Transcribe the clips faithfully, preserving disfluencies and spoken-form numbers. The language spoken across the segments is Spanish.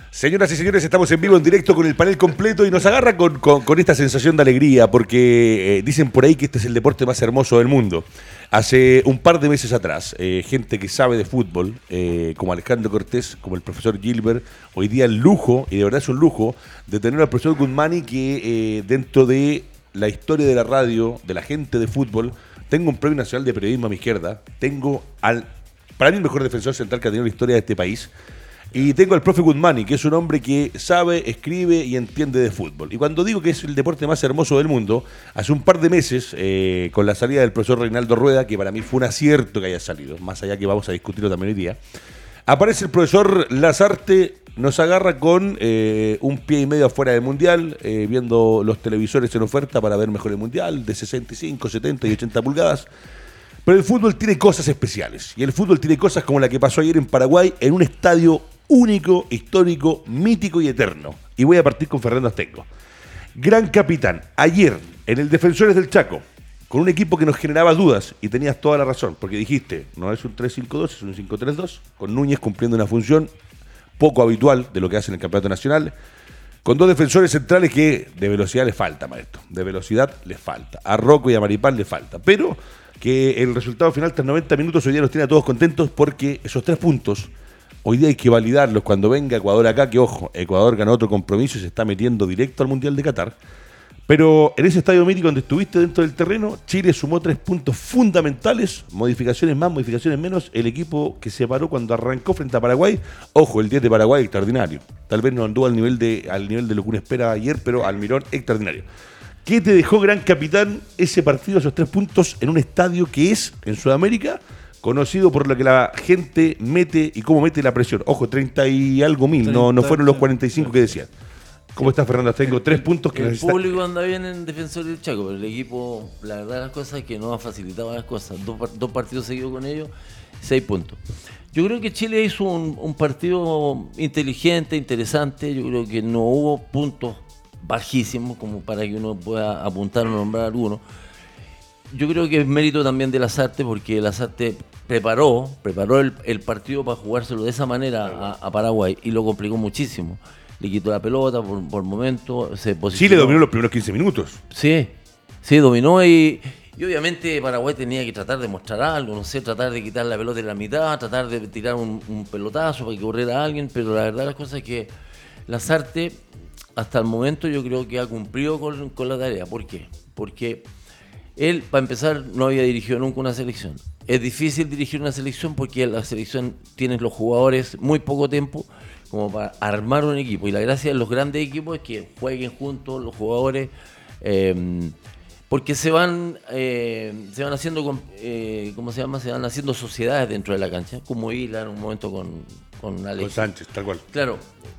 Señoras y señores, estamos en vivo, en directo con el panel completo y nos agarra con, con, con esta sensación de alegría porque eh, dicen por ahí que este es el deporte más hermoso del mundo. Hace un par de meses atrás, eh, gente que sabe de fútbol, eh, como Alejandro Cortés, como el profesor Gilbert, hoy día el lujo, y de verdad es un lujo, de tener al profesor Guzmani que eh, dentro de la historia de la radio, de la gente de fútbol, tengo un premio nacional de periodismo a mi izquierda, tengo al, para mí el mejor defensor central que ha tenido la historia de este país. Y tengo al profe Guzmani, que es un hombre que sabe, escribe y entiende de fútbol. Y cuando digo que es el deporte más hermoso del mundo, hace un par de meses, eh, con la salida del profesor Reinaldo Rueda, que para mí fue un acierto que haya salido, más allá que vamos a discutirlo también hoy día, aparece el profesor Lasarte, nos agarra con eh, un pie y medio afuera del Mundial, eh, viendo los televisores en oferta para ver mejor el Mundial, de sesenta y cinco, setenta y ochenta pulgadas. Pero el fútbol tiene cosas especiales, y el fútbol tiene cosas como la que pasó ayer en Paraguay, en un estadio único, histórico, mítico y eterno. Y voy a partir con Fernando Astengo. Gran capitán, ayer en el Defensores del Chaco, con un equipo que nos generaba dudas, y tenías toda la razón, porque dijiste, no es un tres cinco dos, es un cinco tres dos, con Núñez cumpliendo una función poco habitual de lo que hace en el Campeonato Nacional, con dos defensores centrales que de velocidad les falta, maestro, de velocidad les falta, a Rocco y a Maripán les falta, pero que el resultado final tras noventa minutos hoy día nos tiene a todos contentos porque esos tres puntos hoy día hay que validarlos cuando venga Ecuador acá, que ojo, Ecuador ganó otro compromiso y se está metiendo directo al Mundial de Qatar. Pero en ese estadio mítico donde estuviste dentro del terreno, Chile sumó tres puntos fundamentales, modificaciones más, modificaciones menos. El equipo que se paró cuando arrancó frente a Paraguay, ojo, el diez de Paraguay extraordinario. Tal vez no anduvo al nivel de, al nivel de lo que uno espera ayer, pero Almirón extraordinario. ¿Qué te dejó, gran capitán, ese partido, esos tres puntos en un estadio que es, en Sudamérica, conocido por lo que la gente mete y cómo mete la presión? Ojo, treinta y algo mil, no, no fueron los cuarenta y cinco que decían. ¿Cómo estás, Fernando? Tengo tres puntos que el necesitan. público está... anda bien en Defensor del Chaco, pero el equipo, la verdad las cosas es que no ha facilitado las cosas. Dos, dos partidos seguidos con ellos, seis puntos. Yo creo que Chile hizo un, un partido inteligente, interesante. Yo creo que no hubo puntos bajísimos como para que uno pueda apuntar o nombrar alguno. Yo creo que es mérito también de Lasarte, porque Lasarte preparó, preparó el, el partido para jugárselo de esa manera a, a Paraguay y lo complicó muchísimo. Le quitó la pelota por, por momento, se posicionó. Chile dominó los primeros quince minutos. Sí, sí, dominó y, y obviamente Paraguay tenía que tratar de mostrar algo, no sé, tratar de quitar la pelota en la mitad, tratar de tirar un, un pelotazo para que corriera alguien, pero la verdad las cosas es que Lasarte hasta el momento yo creo que ha cumplido con, con la tarea. ¿Por qué? Porque él, para empezar, no había dirigido nunca una selección. Es difícil dirigir una selección porque la selección tiene los jugadores muy poco tiempo como para armar un equipo. Y la gracia de los grandes equipos es que jueguen juntos los jugadores, eh, porque se van eh, se van haciendo, eh, ¿cómo se llama? Se van haciendo sociedades dentro de la cancha, como Isla en un momento con, con Alex. Con Sánchez, tal cual. Claro,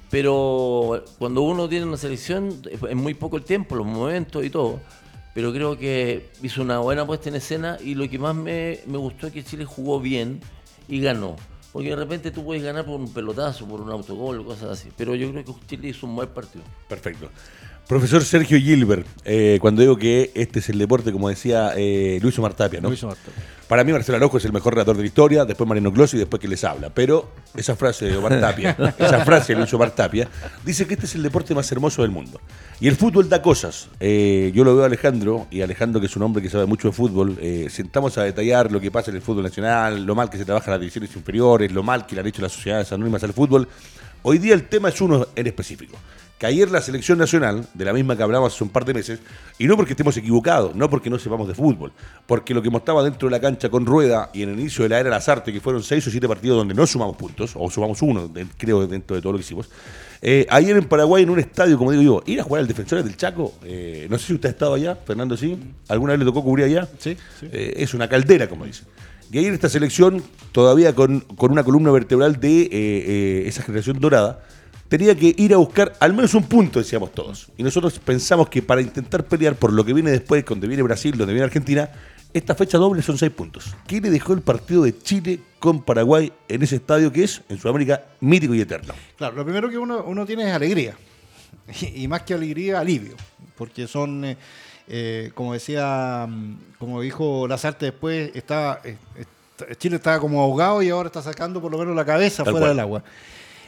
pero cuando uno tiene una selección es muy poco el tiempo, los momentos y todo. Pero creo que hizo una buena puesta en escena y lo que más me, me gustó es que Chile jugó bien y ganó. Porque de repente tú puedes ganar por un pelotazo, por un autogol, cosas así. Pero yo creo que Chile hizo un buen partido. Perfecto. Profesor Sergio Gilbert, eh, cuando digo que este es el deporte, como decía eh, Luis Omar Tapia, ¿no? Luis Omar Tapia. Para mí Marcelo Araujo es el mejor relator de la historia, después Mariano Clos y después que les habla. Pero esa frase de Omar Tapia, esa frase de Luis Omar Tapia, dice que este es el deporte más hermoso del mundo. Y el fútbol da cosas. Eh, yo lo veo a Alejandro, y Alejandro, que es un hombre que sabe mucho de fútbol, eh, sentamos a detallar lo que pasa en el fútbol nacional, lo mal que se trabaja en las divisiones inferiores, lo mal que le han hecho las sociedades anónimas al fútbol. Hoy día el tema es uno en específico. Que ayer la selección nacional, de la misma que hablamos hace un par de meses, y no porque estemos equivocados, no porque no sepamos de fútbol, porque lo que mostraba dentro de la cancha con Rueda y en el inicio de la era Lasarte, que fueron seis o siete partidos donde no sumamos puntos, o sumamos uno, creo, dentro de todo lo que hicimos, eh, ayer en Paraguay, en un estadio, como digo yo, ir a jugar al Defensores del Chaco, eh, no sé si usted ha estado allá, Fernando, ¿sí? ¿Alguna vez le tocó cubrir allá? Sí, sí. Eh, es una caldera, como dicen. Y ayer esta selección, todavía con, con una columna vertebral de eh, eh, esa generación dorada, tenía que ir a buscar al menos un punto, decíamos todos. Y nosotros pensamos que para intentar pelear por lo que viene después, donde viene Brasil, donde viene Argentina, esta fecha doble son seis puntos. ¿Qué le dejó el partido de Chile con Paraguay en ese estadio que es, en Sudamérica, mítico y eterno? Claro, lo primero que uno, uno tiene es alegría. Y, y más que alegría, alivio. Porque son, eh, eh, como decía, como dijo Lasarte después, está, eh, está, Chile estaba como ahogado y ahora está sacando por lo menos la cabeza Tal fuera cual. del agua.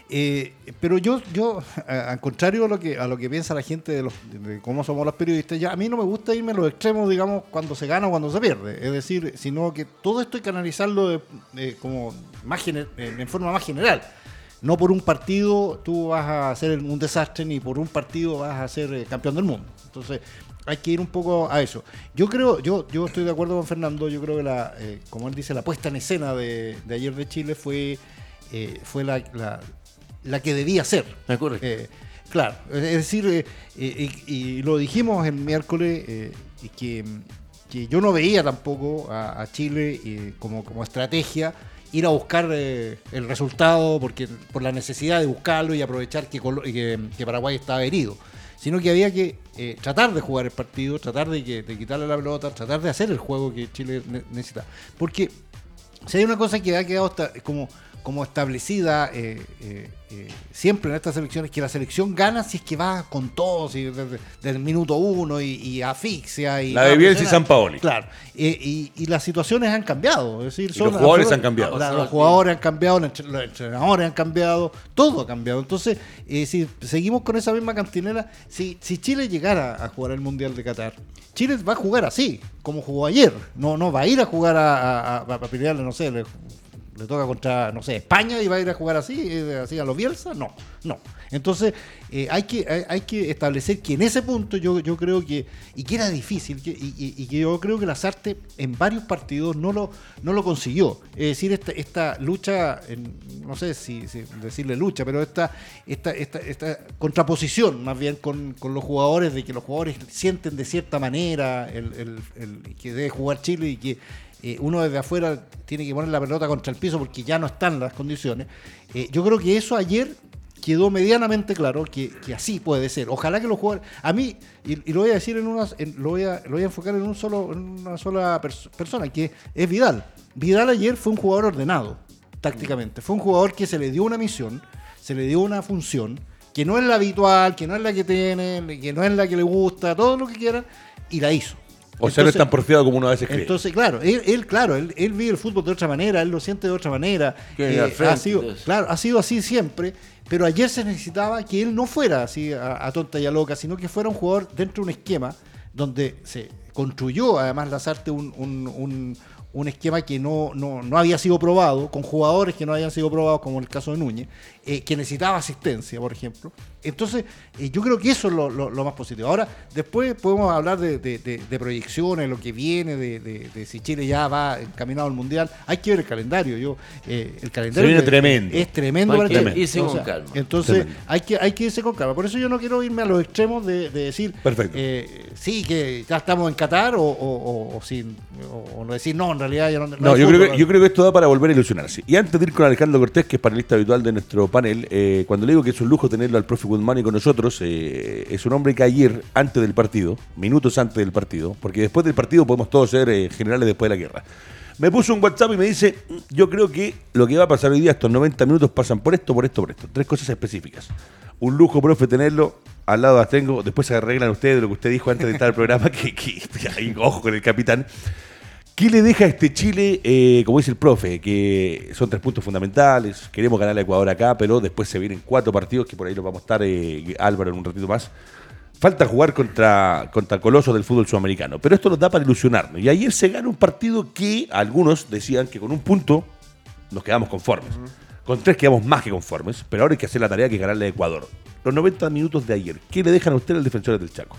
Eh, pero yo, yo a- al contrario a lo que a lo que piensa la gente de, los, de cómo somos los periodistas, ya a mí no me gusta irme a los extremos, digamos, cuando se gana o cuando se pierde. Es decir, sino que todo esto hay que analizarlo de, de como más gener- en forma más general. No por un partido tú vas a hacer un desastre, ni por un partido vas a ser eh, campeón del mundo. Entonces, hay que ir un poco a eso. Yo creo, yo, yo estoy de acuerdo con Fernando, yo creo que la, eh, como él dice, la puesta en escena de, de ayer de Chile fue, eh, fue la, la, la que debía ser. Me ocurre. Eh, claro, es decir, eh, eh, y, y lo dijimos el miércoles, eh, y que, que yo no veía tampoco a, a Chile eh, como, como estrategia ir a buscar eh, el resultado porque por la necesidad de buscarlo y aprovechar que, Colo- que, que Paraguay estaba herido, sino que había que eh, tratar de jugar el partido, tratar de, que, de quitarle la pelota, tratar de hacer el juego que Chile ne- necesita. Porque si hay una cosa que ha quedado esta- como, como establecida eh, eh, eh, siempre en estas selecciones, que la selección gana si es que va con todo, si desde, desde el minuto uno y, y asfixia. Y La de va Bielsa y presionar. Sampaoli. Claro, eh, y, y las situaciones han cambiado. Es decir, Y son los jugadores absolut- han cambiado. la- los jugadores han cambiado, los entre- los entrenadores han cambiado, todo ha cambiado. Entonces, eh, si seguimos con esa misma cantinela, si, si Chile llegara a jugar el Mundial de Qatar, Chile va a jugar así, como jugó ayer. No, no va a ir a jugar a, a, a- a pelearle, no sé, le, le toca contra, no sé, España y va a ir a jugar así, eh, así a los Bielsa. No, no. Entonces, eh, hay, que, hay, hay que establecer que en ese punto yo, yo creo que, y que era difícil, que, y, y- y que yo creo que Lasarte en varios partidos no lo, no lo consiguió. Es decir, esta, esta lucha, en- no sé si, si decirle lucha, pero esta, esta, esta, esta contraposición más bien con, con los jugadores, de que los jugadores sienten de cierta manera el, el- el- que debe jugar Chile y que eh, uno desde afuera tiene que poner la pelota contra el piso porque ya no están las condiciones. Eh, yo creo que eso ayer quedó medianamente claro que, que así puede ser. Ojalá que los jugadores... A mí, y, y lo voy a decir en una... en- lo, voy a, lo voy a enfocar en, un solo, en una sola pers- persona, que es Vidal. Vidal ayer fue un jugador ordenado, tácticamente. Fue un jugador que se le dio una misión, se le dio una función, que no es la habitual, que no es la que tiene, que no es la que le gusta, todo lo que quieran, y la hizo. O sea, no es Entonces- tan porfiado como uno a veces cree. entonces, claro, él, él, claro, él, él vive el fútbol de otra manera, él lo siente de otra manera. Que al frente, ha sido, entonces. claro, ha sido así siempre, pero ayer se necesitaba que él no fuera así a, a tonta y a loca, sino que fuera un jugador dentro de un esquema donde se construyó además Lasarte un, un, un, un esquema que no, no, no había sido probado, con jugadores que no habían sido probados, como el caso de Núñez, eh, que necesitaba asistencia, por ejemplo. Entonces, eh, yo creo que eso es lo, lo- lo más positivo. Ahora, después podemos hablar de, de- de- de proyecciones, lo que viene, de, de- de si Chile ya va encaminado al Mundial. Hay que ver el calendario. Yo, eh, el calendario viene es, tremendo. es tremendo Hay para que Chile. irse O con sea, calma. Entonces, Tremendo. hay que, hay que irse con calma. Por eso yo no quiero irme a los extremos de, de decir, Perfecto. eh, sí, que ya estamos en Qatar, o, o, o- o sin, o, o no decir, no, en realidad ya no, no No, hay yo fútbol, creo, que, no. yo creo que esto da para volver a ilusionarse. Y antes de ir con Alejandro Cortés, que es panelista habitual de nuestro panel, eh, cuando le digo que es un lujo tenerlo al profe Guzmán con nosotros, eh, es un hombre que ayer, antes del partido, minutos antes del partido, porque después del partido podemos todos ser eh, generales después de la guerra, me puso un WhatsApp y me dice, yo creo que lo que va a pasar hoy día, estos noventa minutos pasan por esto, por esto, por esto. Tres cosas específicas. Un lujo, profe, tenerlo. Al lado las tengo. Después se arreglan ustedes de lo que usted dijo antes de entrar al programa, que, que ahí, ojo con el capitán. ¿Qué le deja a este Chile, eh, como dice el profe, que son tres puntos fundamentales? Queremos ganar a Ecuador acá, pero después se vienen cuatro partidos, que por ahí los vamos a estar, eh, Álvaro, en un ratito más. Falta jugar contra, contra colosos del fútbol sudamericano, pero esto nos da para ilusionarnos. Y ayer se gana un partido que algunos decían que con un punto nos quedamos conformes. Con tres quedamos más que conformes, pero ahora hay que hacer la tarea que ganarle a Ecuador. Los noventa minutos de ayer, ¿qué le dejan a usted al Defensores del Chaco?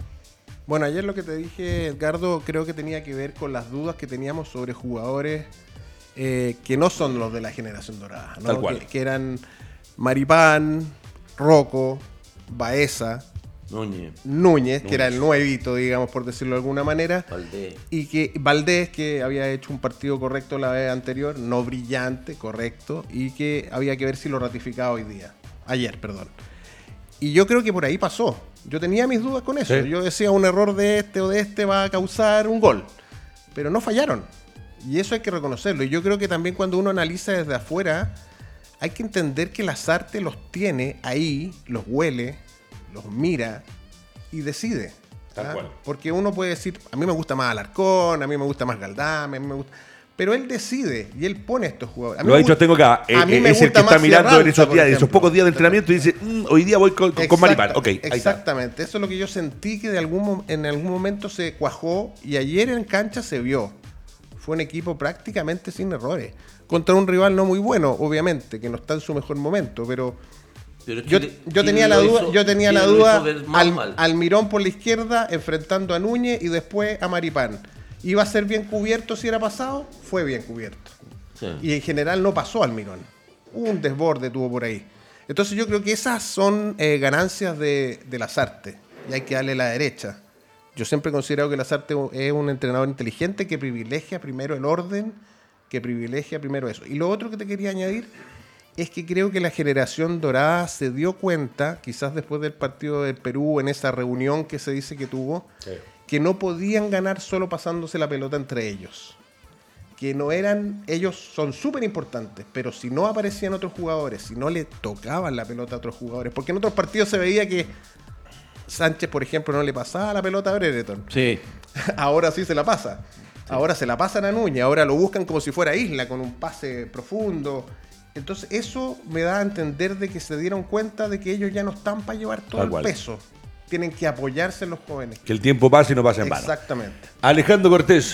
Bueno, ayer lo que te dije, Edgardo, creo que tenía que ver con las dudas que teníamos sobre jugadores eh, que no son los de la generación dorada, ¿no? Tal cual. Que, que eran Maripán, Rocco, Baeza, Núñez, Núñez, que era el nuevito, digamos, por decirlo de alguna manera, Valdés. y que Valdés, que había hecho un partido correcto la vez anterior, no brillante, correcto, y que había que ver si lo ratificaba hoy día, ayer, perdón. Y yo creo que por ahí pasó. Yo tenía mis dudas con eso. Sí. Yo decía, un error de este o de este va a causar un gol. Pero no fallaron. Y eso hay que reconocerlo. Y yo creo que también cuando uno analiza desde afuera, hay que entender que Lasarte los tiene ahí, los huele, los mira y decide. Tal ¿ah? cual. Porque uno puede decir, a mí me gusta más Alarcón, a mí me gusta más Galdame, a mí me gusta... Pero él decide y él pone a estos jugadores. A mí Lo ha me dicho, gusta- tengo acá. a mí eh, me es el gusta que está más mirando en Sierralta, esos por días, en esos ejemplo. pocos días de entrenamiento y dice, "Mm, hoy día voy con, con, con Maripán". Ok, ahí está. Exactamente, eso es lo que yo sentí que de algún, mo- en algún momento se cuajó y ayer en cancha se vio. Fue un equipo prácticamente sin errores. Contra un rival no muy bueno, obviamente, que no está en su mejor momento, pero Pero yo, Chile- yo Chile tenía la lo duda, hizo- yo tenía la Chile lo duda hizo ver más al, mal. Almirón por la izquierda enfrentando a Núñez y después a Maripán. ¿Iba a ser bien cubierto si era pasado? Fue bien cubierto. Sí. Y en general no pasó Almirón. Un desborde tuvo por ahí. Entonces yo creo que esas son eh, ganancias de, de Lasarte. Y hay que darle la derecha. Yo siempre he considerado que Lasarte es un entrenador inteligente que privilegia primero el orden, que privilegia primero eso. Y lo otro que te quería añadir es que creo que la generación dorada se dio cuenta, quizás después del partido del Perú, en esa reunión que se dice que tuvo, Sí. que no podían ganar solo pasándose la pelota entre ellos. Que no eran, ellos son súper importantes, pero si no aparecían otros jugadores, si no le tocaban la pelota a otros jugadores, porque en otros partidos se veía que Sánchez, por ejemplo, no le pasaba la pelota a Brereton. Sí. Ahora sí se la pasa. Ahora se la pasan a Núñez, ahora lo buscan como si fuera Isla, con un pase profundo. Entonces eso me da a entender de que se dieron cuenta de que ellos ya no están para llevar todo Tal el cual. peso. Tienen que apoyarse en los jóvenes. Que el tiempo pase y no pase en vano. Exactamente. Alejandro Cortés,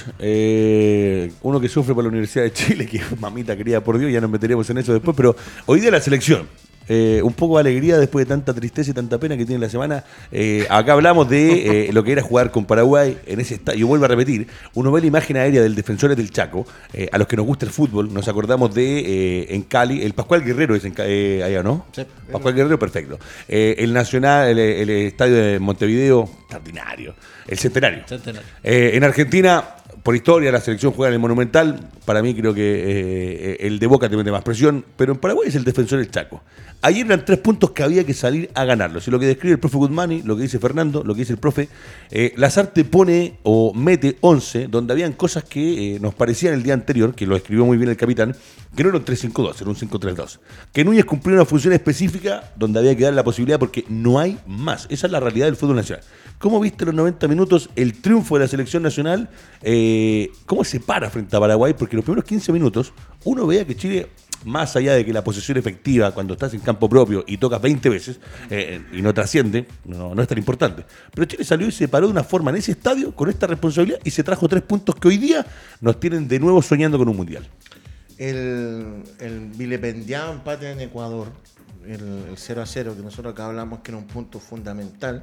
eh, uno que sufre por la Universidad de Chile, que mamita querida por Dios, ya nos meteremos en eso después, pero hoy día la selección. Eh, un poco de alegría después de tanta tristeza y tanta pena que tiene la semana. Eh, acá hablamos de eh, lo que era jugar con Paraguay en ese estadio. Yo vuelvo a repetir, uno ve la imagen aérea del Defensores del Chaco. Eh, a los que nos gusta el fútbol, nos acordamos de eh, en Cali, el Pascual Guerrero es en, Ca- eh, allá, ¿no? Sí. Pascual Guerrero, perfecto. Eh, el Nacional, el, el estadio de Montevideo, extraordinario. El Centenario. Centenario. Eh, en Argentina, por historia, la selección juega en el Monumental. Para mí creo que eh, el de Boca te mete más presión, pero en Paraguay es el Defensor del Chaco. Ayer eran tres puntos que había que salir a ganarlos. Y lo que describe el profe Guzmani, lo que dice Fernando, lo que dice el profe, eh, Lasarte pone o mete once donde habían cosas que eh, nos parecían el día anterior, que lo escribió muy bien el capitán, que no era un tres cinco dos, era un cinco tres dos. Que Núñez cumplió una función específica donde había que dar la posibilidad porque no hay más. Esa es la realidad del fútbol nacional. ¿Cómo viste los noventa minutos el triunfo de la selección nacional? Eh, ¿Cómo se para frente a Paraguay? Porque los primeros quince minutos uno veía que Chile, más allá de que la posesión efectiva cuando estás en campo propio y tocas veinte veces eh, y no trasciende, no, no es tan importante. Pero Chile salió y se paró de una forma en ese estadio con esta responsabilidad y se trajo tres puntos que hoy día nos tienen de nuevo soñando con un mundial. El, el vilipendiado empate en Ecuador, el, el cero a cero, que nosotros acá hablamos que era un punto fundamental,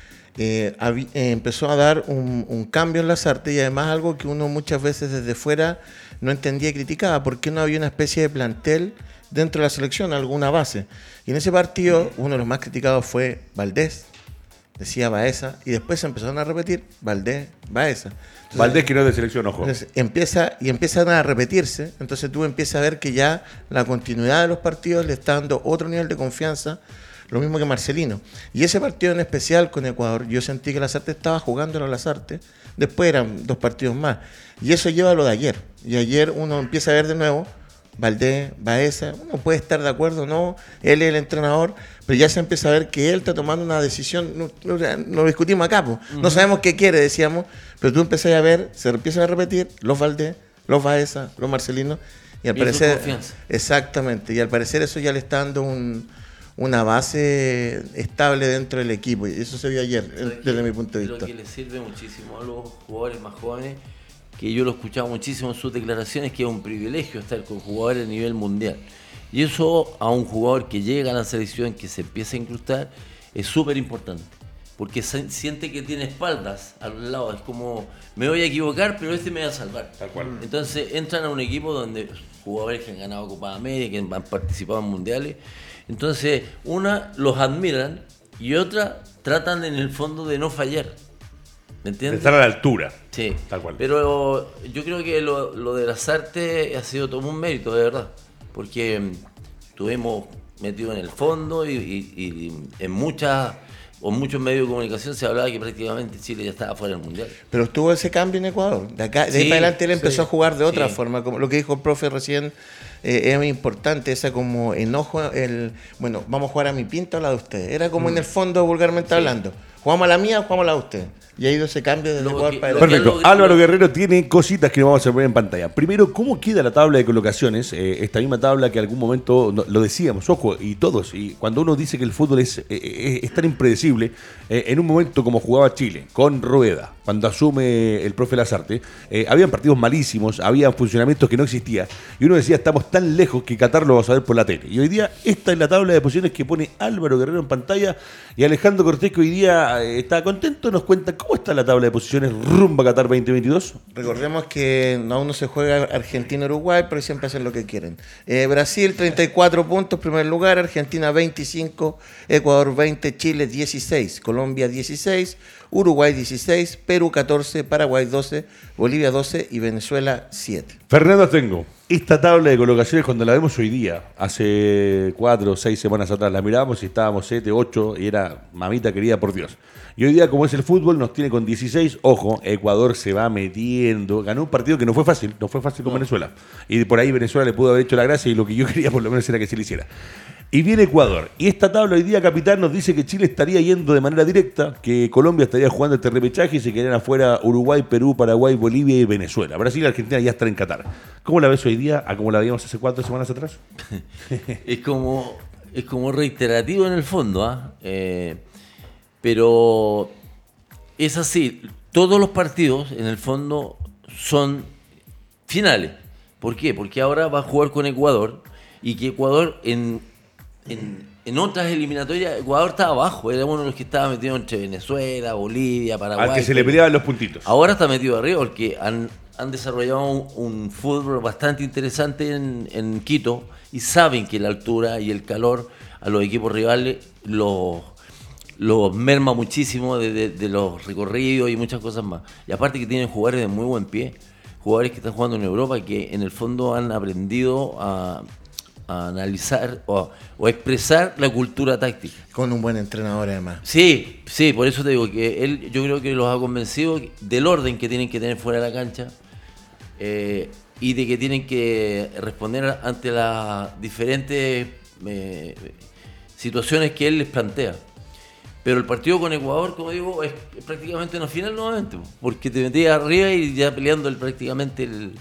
eh, habi- eh, empezó a dar un, un cambio en las artes y además algo que uno muchas veces desde fuera no entendía y criticaba, porque no había una especie de plantel dentro de la selección, alguna base. Y en ese partido, uno de los más criticados fue Valdés, decía Baeza, y después se empezaron a repetir Valdés, Baeza. Entonces, Valdés, que no es de selección, ojo. entonces, empieza, y empiezan a repetirse, entonces tú empiezas a ver que ya la continuidad de los partidos le está dando otro nivel de confianza, lo mismo que Marcelino. Y ese partido en especial con Ecuador, yo sentí que Lasarte estaba jugándolo a Lasarte, después eran dos partidos más. Y eso lleva a lo de ayer. Y ayer uno empieza a ver de nuevo Valdés, Baeza, uno puede estar de acuerdo o no, él es el entrenador, pero ya se empieza a ver que él está tomando una decisión, no, no, no lo discutimos acá, po. No sabemos qué quiere, decíamos, pero tú empezás a ver, se empiezan a repetir los Valdés, los Baeza, los Marcelinos, y al Y su parecer, confianza. exactamente, y al parecer eso ya le está dando un, una base estable dentro del equipo, y eso se vio ayer, Creo desde que- mi punto de creo vista. que le sirve muchísimo a los jugadores más jóvenes, que yo lo he escuchado muchísimo en sus declaraciones, que es un privilegio estar con jugadores a nivel mundial. Y eso a un jugador que llega a la selección, que se empieza a incrustar, es súper importante. Porque se- siente que tiene espaldas a los lados. Es como, me voy a equivocar, pero este me va a salvar. Tal cual. Entonces entran a un equipo donde jugadores que han ganado Copa América, que han participado en mundiales. Entonces, una, los admiran y otra, tratan en el fondo de no fallar. ¿Me De entiendes? estar a la altura. Sí, Tal cual. pero yo creo que lo, lo de las artes ha sido todo un mérito, de verdad, porque mm, estuvimos metidos en el fondo y, y- y en muchas o muchos medios de comunicación se hablaba que prácticamente Chile ya estaba fuera del Mundial. Pero estuvo ese cambio en Ecuador. De acá, de ahí Sí, para adelante él empezó sí, a jugar de otra sí. forma, como lo que dijo el profe recién, eh, es importante esa como enojo, el bueno, vamos a jugar a mi pinta o a la de ustedes. Era como mm. en el fondo, vulgarmente sí. hablando. ¿Jugamos a la mía o jugamos a la de ustedes? Y ha ido ese cambio desde jugar para el Perfecto. Álvaro Guerrero tiene cositas que nos vamos a poner en pantalla. Primero, ¿cómo queda la tabla de colocaciones? Eh, esta misma tabla que algún momento no, lo decíamos, ojo, y todos. Y cuando uno dice que el fútbol es, eh, es tan impredecible, eh, en un momento como jugaba Chile, con Rueda, cuando asume el profe Lazarte, eh, habían partidos malísimos, había funcionamientos que no existían. Y uno decía, estamos tan lejos que Qatar lo vamos a ver por la tele. Y hoy día, esta es la tabla de posiciones que pone Álvaro Guerrero en pantalla. Y Alejandro Cortés, que hoy día eh, está contento, nos cuenta cómo está la tabla de posiciones rumbo a Qatar veinte veintidós. Recordemos que aún no se juega Argentina-Uruguay, pero siempre hacen lo que quieren. Eh, Brasil, treinta y cuatro puntos, primer lugar. Argentina, veinticinco. Ecuador, veinte. Chile, dieciséis. Colombia, dieciséis. Uruguay, dieciséis. Perú, catorce. Paraguay, doce. Bolivia, doce. Y Venezuela, siete. Fernando Astengo, esta tabla de colocaciones cuando la vemos hoy día, hace cuatro o seis semanas atrás, la mirábamos y estábamos siete, ocho y era mamita querida por Dios. Y hoy día, como es el fútbol, nos tiene con dieciséis. Ojo, Ecuador se va metiendo. Ganó un partido que no fue fácil, no fue fácil con no. Venezuela. Y por ahí Venezuela le pudo haber hecho la gracia y lo que yo quería por lo menos era que sí le hiciera. Y viene Ecuador. Y esta tabla hoy día, capitán, nos dice que Chile estaría yendo de manera directa, que Colombia estaría jugando este repechaje y se quedarían afuera Uruguay, Perú, Paraguay, Bolivia y Venezuela. Brasil y Argentina ya están en Qatar. ¿Cómo la ves hoy día a como la veíamos hace cuatro semanas atrás? es como es como reiterativo en el fondo, ¿ah? ¿eh? Eh, pero es así. Todos los partidos, en el fondo, son finales. ¿Por qué? Porque ahora va a jugar con Ecuador y que Ecuador en... En, en otras eliminatorias, Ecuador estaba abajo, era uno de los que estaba metido entre Venezuela, Bolivia, Paraguay. Al que se le peleaban los puntitos. Ahora está metido arriba porque han, han desarrollado un, un fútbol bastante interesante en, en Quito y saben que la altura y el calor a los equipos rivales los, los merma muchísimo de, de, de los recorridos y muchas cosas más. Y aparte que tienen jugadores de muy buen pie, jugadores que están jugando en Europa y que en el fondo han aprendido a... a analizar o, o expresar la cultura táctica. Con un buen entrenador además. Sí, sí, por eso te digo que él, yo creo que los ha convencido del orden que tienen que tener fuera de la cancha eh, y de que tienen que responder ante las diferentes eh, situaciones que él les plantea. Pero el partido con Ecuador, como digo, es, es prácticamente una final nuevamente, porque te metías arriba y ya peleando el, prácticamente el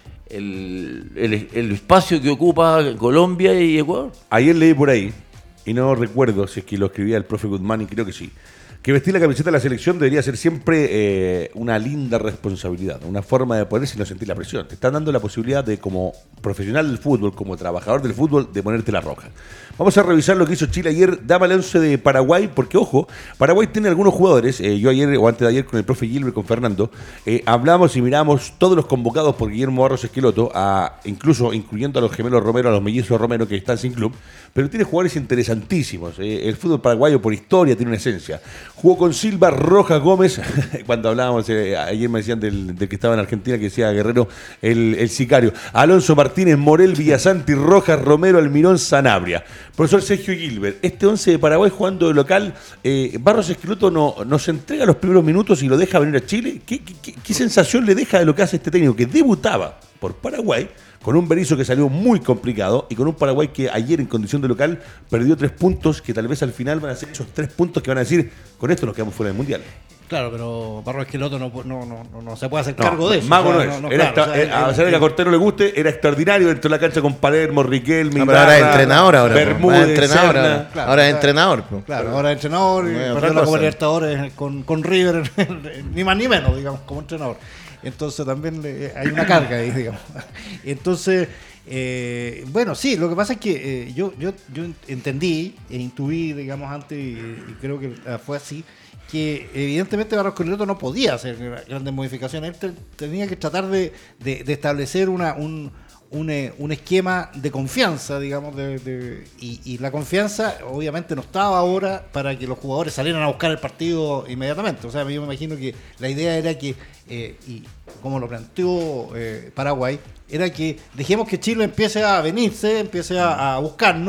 El, el, el espacio que ocupa Colombia y Ecuador. Ayer leí por ahí, y no recuerdo si es que lo escribía el profe Guzmán, y creo que sí, que vestir la camiseta de la selección debería ser siempre eh, una linda responsabilidad, una forma de ponerse y no sentir la presión. Te están dando la posibilidad de, como profesional del fútbol, como trabajador del fútbol, de ponerte la roja. Vamos a revisar lo que hizo Chile ayer. Dame el once de Paraguay, porque ojo, Paraguay tiene algunos jugadores. Eh, yo ayer, o antes de ayer, con el profe Gilbert, con Fernando, eh, hablamos y miramos todos los convocados por Guillermo Barros Esqueloto, a, incluso incluyendo a los gemelos Romero, a los mellizos Romero, que están sin club, pero tiene jugadores interesantísimos. Eh, el fútbol paraguayo, por historia, tiene una esencia. Jugó con Silva, Rojas, Gómez. Cuando hablábamos, eh, ayer me decían del, del que estaba en Argentina, que decía Guerrero, el, el sicario. Alonso Martínez, Morel, Villasanti, Rojas, Romero, Almirón, Sanabria. Profesor Sergio Gilbert, este once de Paraguay jugando de local, eh, Barros Esqueloto no, nos entrega los primeros minutos y lo deja venir a Chile. ¿Qué, qué, qué sensación le deja de lo que hace este técnico que debutaba por Paraguay, con un Berizzo que salió muy complicado y con un Paraguay que ayer en condición de local perdió tres puntos que tal vez al final van a ser esos tres puntos que van a decir, con esto nos quedamos fuera del Mundial? Claro, pero Barros Esqueloto no, no, no, no, no se puede hacer cargo no, de eso. Mago o sea, no es. No, no, era claro, extra, o sea, era, a el, pesar de que a el, Cortés no le guste, era extraordinario dentro de la cancha con Palermo, Riquelme, no, pero ahora es entrenador ahora. Bermúdez, ahora es entrenador Serna. ahora. Claro, ahora es o sea, entrenador. Pues. Claro, ahora es entrenador y Bueno, perdió la Copa cosa. Libertadores con, con River, ni más ni menos, digamos, como entrenador. Entonces también le, hay una carga ahí, digamos. Entonces, eh, bueno, sí, lo que pasa es que eh, yo, yo, yo entendí e intuí, digamos, antes, y, y creo que fue así, que evidentemente Barros Esqueloto no podía hacer grandes modificaciones. Él te, tenía que tratar de, de, de establecer una, un, un, eh, un esquema de confianza, digamos, de, de, y, y la confianza obviamente no estaba ahora para que los jugadores salieran a buscar el partido inmediatamente. O sea, yo me imagino que la idea era que, eh, y como lo planteó eh, Paraguay, era que dejemos que Chile empiece a venirse, empiece a, a buscarnos,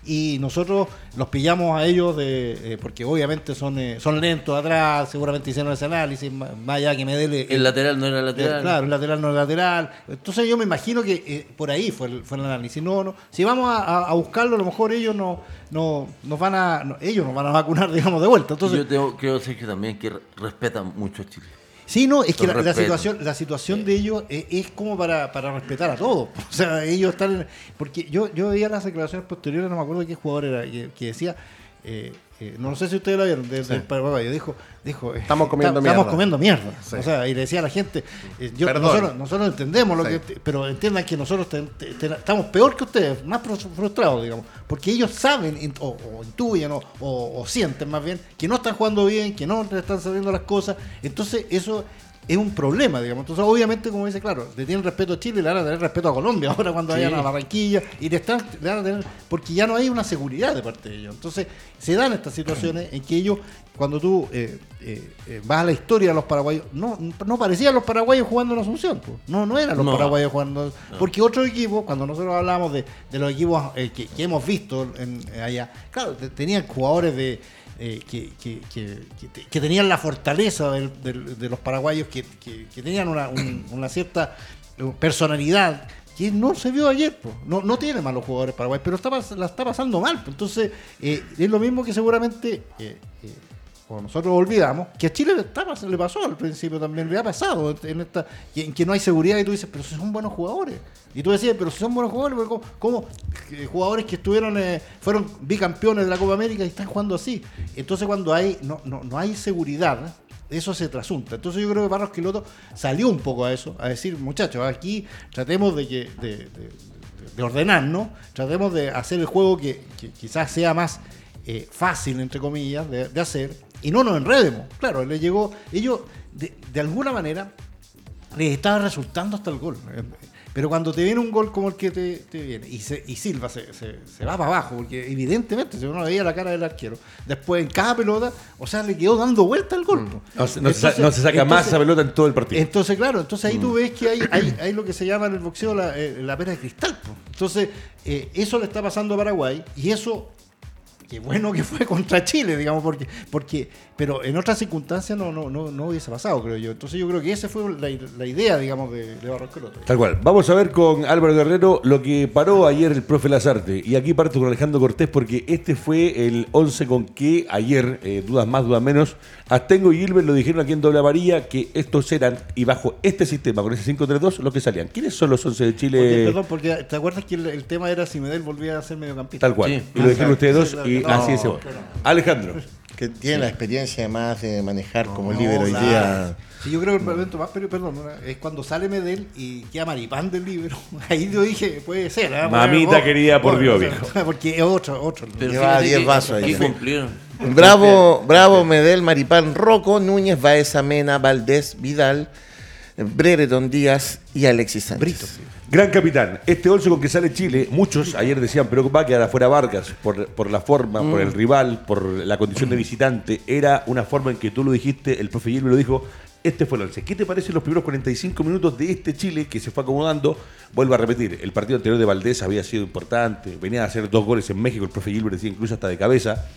y nosotros los pillamos a ellos de eh, porque obviamente son eh, son lentos atrás, seguramente hicieron ese análisis, más, más allá que me dé el lateral no era lateral. Eh, claro, el lateral no es lateral. Entonces yo me imagino que eh, por ahí fue el, fue el análisis. No, no, si vamos a, a, a buscarlo, a lo mejor ellos no, no nos van a no, ellos nos van a vacunar, digamos, de vuelta. Entonces, yo tengo, creo, Sergio, también que respetan mucho a Chile. sí, no, es que la, la respeto. situación, la situación de ellos es, es como para, para respetar a todos. O sea, ellos están en, porque yo, yo veía las declaraciones posteriores, no me acuerdo de qué jugador era, que, que decía, eh, eh, no sé si ustedes lo vieron, del de, Paraguay, dijo, dijo eh, Estamos comiendo está- mierda. Estamos comiendo mierda. Sí. O sea, y le decía a la gente, eh, yo, Perdón. nosotros, nosotros entendemos lo Sí. que, pero entiendan que nosotros te- te- te- estamos peor que ustedes, más frus- frustrados, digamos, porque ellos saben in- o, o intuyen o, o, o sienten más bien que no están jugando bien, que no le están saliendo las cosas. Entonces eso es un problema, digamos. Entonces, obviamente, como dice, claro, le tienen respeto a Chile y le van a tener respeto a Colombia ahora cuando Sí. vayan a Barranquilla y le, están, le van a tener, porque ya no hay una seguridad de parte de ellos. Entonces, se dan estas situaciones en que ellos, cuando tú eh, eh, eh, vas a la historia de los paraguayos, no, no parecían los paraguayos jugando en Asunción, pues. no, no eran los No. paraguayos jugando, porque otros equipos, cuando nosotros hablamos de, de los equipos eh, que, que hemos visto en, allá, claro, te- tenían jugadores de Eh, que, que, que, que, te- que tenían la fortaleza del- del- de los paraguayos, que, que- que tenían una, un- una cierta personalidad que no se vio ayer. Po. No, no tiene malos jugadores paraguayos, pero está, pas- la está pasando mal. Po. Entonces, eh, es lo mismo que seguramente, eh, eh, como nosotros olvidamos, que a Chile le, está, pas- le pasó al principio también, le ha pasado en esta que, en que no hay seguridad y tú dices, pero si son buenos jugadores. Y tú decías, pero si son buenos jugadores, ¿cómo, cómo eh, jugadores que estuvieron eh, fueron bicampeones de la Copa América y están jugando así? Entonces cuando hay no, no, no hay seguridad, eso se trasunta. Entonces yo creo que Barros Quiloto salió un poco a eso, a decir, muchachos, aquí tratemos de que de, de, de ordenarnos, tratemos de hacer el juego que, que quizás sea más eh, fácil, entre comillas, de, de hacer, y no nos enredemos. Claro, le llegó, ellos de, de alguna manera les estaba resultando hasta el gol. Pero cuando te viene un gol como el que te, te viene, y, se, y Silva se, se, se va para abajo, porque evidentemente, si uno veía la cara del arquero, después en cada pelota, o sea, le quedó dando vuelta el gol. po. No, se- no se sa- no se saca más esa pelota en todo el partido. Entonces, claro, entonces ahí tú ves que hay, hay, hay lo que se llama en el boxeo la, eh, la pera de cristal. po. Entonces, eh, eso le está pasando a Paraguay, y eso, qué bueno que fue contra Chile, digamos, porque, porque pero en otras circunstancias no, no, no, no hubiese pasado, creo yo. Entonces yo creo que esa fue la, la idea, digamos, de, de Barros Quiloto. Tal cual. Vamos a ver con Álvaro Guerrero lo que paró ayer el profe Lazarte. Y aquí parto con Alejandro Cortés porque este fue el once con que ayer, eh, dudas más, dudas menos, Astengo y Gilbert lo dijeron aquí en Doble Amarilla que estos eran, y bajo este sistema, con ese cinco tres dos, los que salían. ¿Quiénes son los once de Chile? Porque, perdón, porque te acuerdas que el, el tema era si Medel volvía a ser mediocampista. Tal cual. Sí. Y lo dijeron Ah, ustedes sí, dos claro, y claro. así es. No, Alejandro. Que tiene la experiencia además de manejar como No, líbero hoy claro. día. Sí, yo creo que el momento más, pero perdón, una- es cuando sale Medel y queda Maripán del libro. Ahí yo dije, puede ser. ¿eh? Mamita Bueno, querida, por bueno, Dios, o sea, viejo. Porque es otro, otro. Pero Lleva fíjate diez que- vasos ahí. que Sí. cumplieron. Bravo, bravo, Medel, Maripán, Rocco, Núñez, Baeza, Mena, Valdés, Vidal, Brereton, Díaz y Alexis Sánchez. Brito. Gran capitán. Este once con que sale Chile, muchos ayer decían, pero va a quedar afuera Vargas por, por la forma, por el rival, por la condición de visitante. Era una forma en que tú lo dijiste, el profe Gilbert lo dijo, este fue el once. ¿Qué te parecen los primeros cuarenta y cinco minutos de este Chile que se fue acomodando? Vuelvo a repetir, el partido anterior de Valdés había sido importante, venía a hacer dos goles en México, el profe Gilbert decía incluso hasta de cabeza.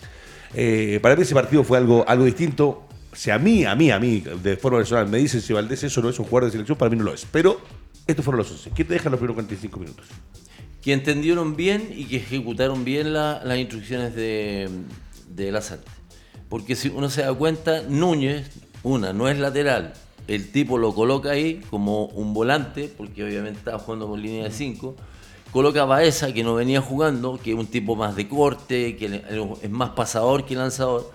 Eh, para mí ese partido fue algo, algo distinto. Si a mí, a mí, a mí, de forma personal, me dicen si Valdés eso no es un jugador de selección, para mí no lo es. Pero estos fueron los once. ¿Qué te dejan los primeros cuarenta y cinco minutos? Que entendieron bien y que ejecutaron bien la- las instrucciones de, de Lazarte. Porque si uno se da cuenta, Núñez, una, no es lateral. El tipo lo coloca ahí como un volante, porque obviamente estaba jugando con línea de cinco. Coloca a Baeza, que no venía jugando, que es un tipo más de corte, que es más pasador que lanzador.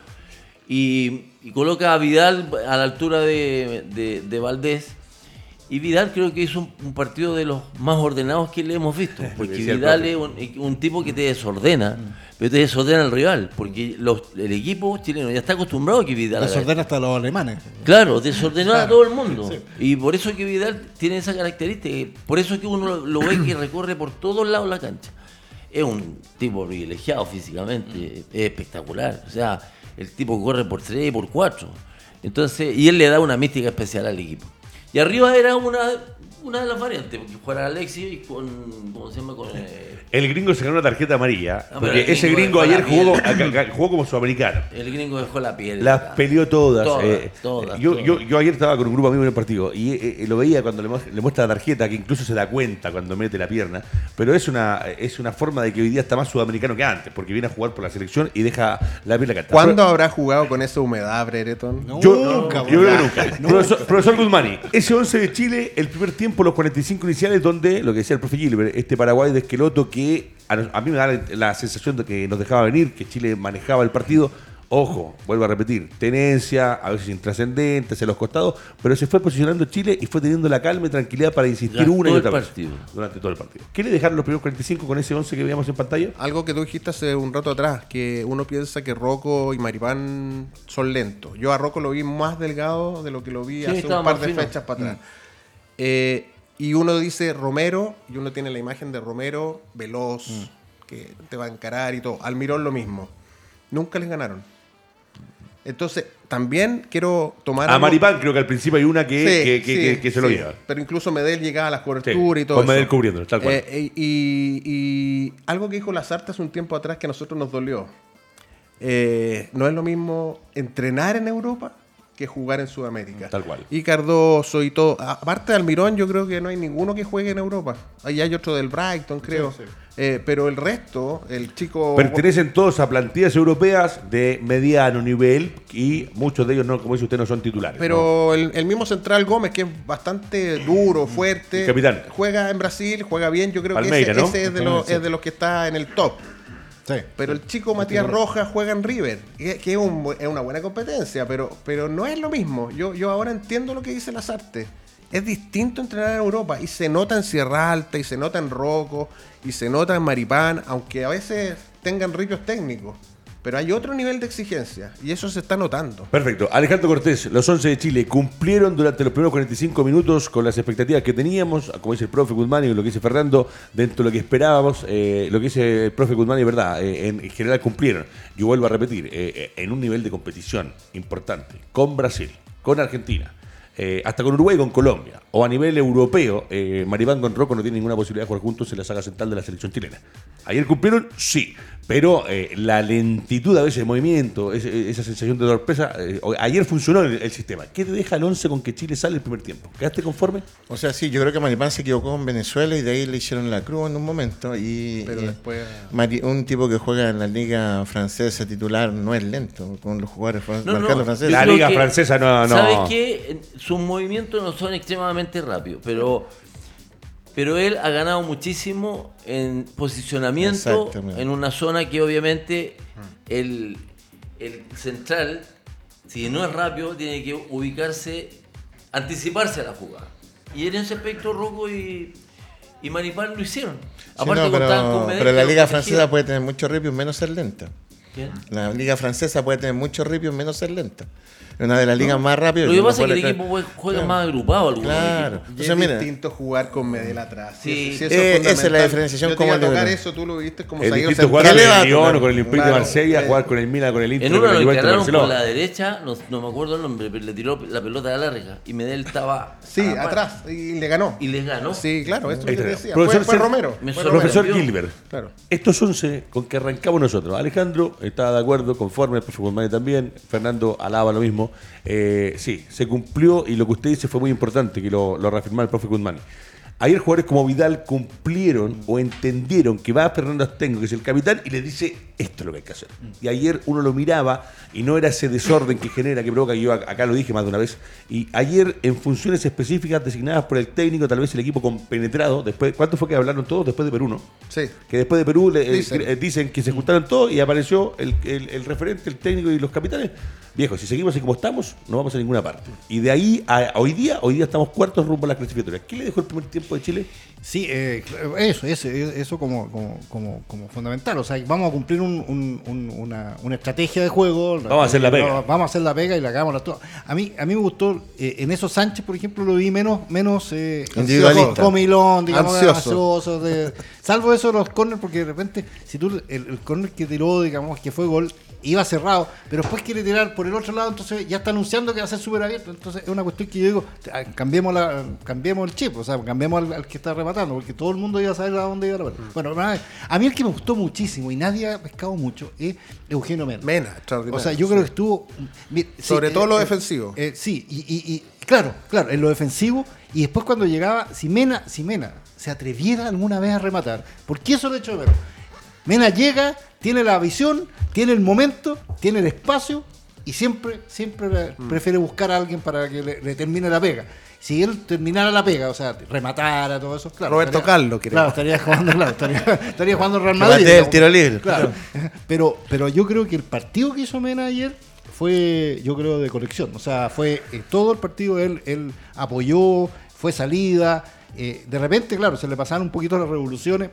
Y, y coloca a Vidal a la altura de, de, de Valdés. Y Vidal creo que hizo un, un partido de los más ordenados que le hemos visto. Porque decía el Vidal profe. es un, un tipo que te desordena, pero te desordena al rival. Porque los, el equipo chileno ya está acostumbrado a que Vidal haga Desordena hasta los alemanes. Claro, desordenó a Claro. todo el mundo. Sí. Y por eso es que Vidal tiene esa característica. Por eso es que uno lo, lo ve que recorre por todos lados la cancha. Es un tipo privilegiado físicamente, es espectacular. O sea, el tipo corre por tres y por cuatro. Entonces, y él le da una mística especial al equipo. Y arriba era una, una de las variantes, porque jugar Alexis y con, ¿cómo se llama? Con, eh, El gringo se ganó una tarjeta amarilla. No, porque pero el ese gringo gringo dejó ayer la jugó, piel. acá- jugó como sudamericano. el gringo dejó la piel. Las acá. peleó todas. Todas, eh, todas, yo, todas. Yo, yo ayer estaba con un grupo amigo en el partido y eh, eh, lo veía cuando le, mu- le muestra la tarjeta, que incluso se da cuenta cuando mete la pierna. Pero es una, es una forma de que hoy día está más sudamericano que antes, porque viene a jugar por la selección y deja la piel cantar. ¿Cuándo habrá jugado con esa humedad, Brereton? No, Yo, nunca, yo creo que nunca. nunca. Profesor, profesor Guzmani, ese once de Chile, el primer tiempo, los cuarenta y cinco iniciales, donde, lo que decía el profe Gilbert, este Paraguay de Esqueloto, que a, nos- a mí me da la, la sensación de que nos dejaba venir, que Chile manejaba el partido. Ojo, vuelvo a repetir, tenencia, a veces intrascendente, hacia los costados, pero se fue posicionando Chile y fue teniendo la calma y tranquilidad para insistir Durante una y todo otra el vez partido. durante todo el partido. ¿Qué le dejaron los primeros cuarenta y cinco con ese once que veíamos en pantalla? Algo que tú dijiste hace un rato atrás, que uno piensa que Rocco y Maripán son lentos. Yo a Rocco lo vi más delgado de lo que lo vi Sí, hace estaba un par más de fino. fechas para atrás. Eh, y uno dice Romero, y uno tiene la imagen de Romero veloz, que te va a encarar y todo. Almirón lo mismo. Nunca les ganaron. Entonces, también quiero tomar... A algo- Maripán creo que al principio hay una que, Sí, que, que- sí, que- que se lo sí. lleva. Pero incluso Medel llegaba a las Sí, coberturas y todo con eso. Medel cubriéndolo, tal cual. Eh, y, y algo que dijo Lazarte hace un tiempo atrás que a nosotros nos dolió. Eh, no es lo mismo entrenar en Europa que jugar en Sudamérica. Tal cual. Y Cardoso y todo. Aparte de Almirón, yo creo que no hay ninguno que juegue en Europa. Ahí hay otro del Brighton, creo. Sí, sí. Eh, pero el resto, el chico... Pertenecen todos a plantillas europeas de mediano nivel y muchos de ellos, no, como dice usted, no son titulares. ¿no? Pero el, el mismo Central Gómez, que es bastante duro, fuerte. El capitán. Juega en Brasil, juega bien. Yo creo Palmeira, que ese, ¿no? ese es, de los, es de los que está en el top. Sí. Pero el chico Matías Rojas juega en River, que que es, un bu- es una buena competencia, pero, pero no es lo mismo. Yo, yo ahora entiendo lo que dice Lazarte. Es distinto entrenar en Europa y se nota en Sierra Alta y se nota en Rocco y se nota en Maripán, aunque a veces tengan ripios técnicos. Pero hay otro nivel de exigencia y eso se está notando. Perfecto. Alejandro Cortés, los once de Chile cumplieron durante los primeros cuarenta y cinco minutos con las expectativas que teníamos, como dice el profe Guzmán y lo que dice Fernando, dentro de lo que esperábamos, eh, lo que dice el profe Guzmán es verdad, eh, en general cumplieron. Yo vuelvo a repetir, eh, eh, en un nivel de competición importante, con Brasil, con Argentina, eh, hasta con Uruguay y con Colombia, o a nivel europeo, eh, Maripán con Rocco no tiene ninguna posibilidad de jugar juntos en la saga central de la selección chilena. ¿Ayer cumplieron? Sí. Pero eh, la lentitud a veces de movimiento, ese- esa sensación de sorpresa, eh, ayer funcionó el, el sistema. ¿Qué te deja el once con que Chile sale el primer tiempo? ¿Quedaste conforme? O sea, sí, yo creo que Maripán se equivocó con Venezuela y de ahí le hicieron la cruz en un momento. Y, Pero y después- Mari- un tipo que juega en la liga francesa titular no es lento con los jugadores fran- No, no, marcando yo franceses. La creo liga que- francesa no- no. ¿Sabes qué? Sus movimientos no son extremadamente rápidos, pero, pero él ha ganado muchísimo en posicionamiento Exactamente. en una zona que obviamente el, el central, si no es rápido, tiene que ubicarse, anticiparse a la jugada. Y en ese aspecto Rocco y, y Maripán lo hicieron. Sí, Aparte no, contaban pero, con Medel, pero la que lo liga protegía. francesa puede tener mucho ripio y menos ser lenta. ¿Quién? La liga francesa puede tener mucho ripio y menos ser lenta. Es una de las ligas más rápidas. Lo que uno pasa es que el puede equipo creer. jue- juega Claro. más agrupado. algunos Claro. equipos. Y Entonces, es mira, distinto jugar con Medel atrás. Sí. eso- Eh, eso esa es la fundamental. diferenciación Yo te iba como a tocar el- eso, tú lo viste como Es zaguero distinto jugar con ¿Qué le va a el Lyon tocar? o con el Olympique de Claro. Marsella, Eh, jugar con el Milan, con el Inter, En con una el lo Juventus de encararon por Barcelona. la derecha, no, no me acuerdo el nombre, pero le tiró la pelota de larga y Medel estaba Sí, a la par. atrás, y le ganó. Y les ganó. Sí, claro, eso es lo Ahí que te tenemos. decía. Profesor Fue, fue Ser- Romero. Me fue sorprendió. Romero. Profesor Gilbert, Claro. estos once con que arrancamos nosotros, Alejandro estaba de acuerdo, conforme, el profe Guzmán también, Fernando alaba lo mismo. Eh, sí, se cumplió y lo que usted dice fue muy importante, que lo, lo reafirmaba el profe Guzmán. Ayer jugadores como Vidal cumplieron o entendieron que va Fernando Astengo, que es el capitán, y les dice, esto es lo que hay que hacer. Y ayer uno lo miraba y no era ese desorden que genera, que provoca, que yo acá lo dije más de una vez, y ayer en funciones específicas designadas por el técnico, tal vez el equipo compenetrado, después, ¿cuánto fue que hablaron todos? Después de Perú, ¿no? Sí. Que después de Perú le- eh, Dicen. eh, dicen que se juntaron todos y apareció el, el- el referente, el técnico y los capitanes. Viejo, si seguimos así como estamos, no vamos a ninguna parte. Y de ahí a, a hoy día, hoy día estamos cuartos rumbo a las clasificatorias. ¿Qué le dejó el primer tiempo de Chile? Sí, eh, eso, eso, eso como, como, como, como fundamental. O sea, vamos a cumplir un, un, un, una, una estrategia de juego. Vamos a hacer la pega. Vamos a hacer la pega y la hagamos todo. A mí, a mí me gustó, eh, en esos Sánchez, por ejemplo, lo vi menos, menos eh, individualista, comilón, digamos, ansioso. ansioso, de, salvo eso de los corners, porque de repente, si tú el, el corner que tiró, digamos, que fue gol, iba cerrado, pero después quiere tirar por el otro lado, entonces ya está anunciando que va a ser súper abierto. Entonces es una cuestión que yo digo, cambiemos la, cambiemos el chip, o sea, cambiemos al, al que está rematando, porque todo el mundo iba a saber a dónde iba la pelota. Bueno, a mí el que me gustó muchísimo y nadie ha pescado mucho es Eugenio Mena. Mena, extraordinario. O sea, yo creo que estuvo... Sí, Sobre eh, todo lo eh, defensivo. Eh, sí, y, y, y claro, claro, en lo defensivo, y después cuando llegaba, si Mena, si Mena se atreviera alguna vez a rematar, porque eso lo he hecho de menos. Mena llega, tiene la visión, tiene el momento, tiene el espacio y siempre, siempre mm. prefiere buscar a alguien para que le, le termine la pega. Si él terminara la pega, o sea, rematara todo eso, claro. Roberto estaría, Carlos, creo. Claro, estaría jugando, claro, estaría, estaría jugando Real Que Madrid. bate el tiro libre. Claro. Pero, pero yo creo que el partido que hizo Mena ayer fue, yo creo, de conexión. O sea, fue eh, todo el partido, él, él apoyó, fue salida. Eh, de repente, claro, se le pasaron un poquito las revoluciones.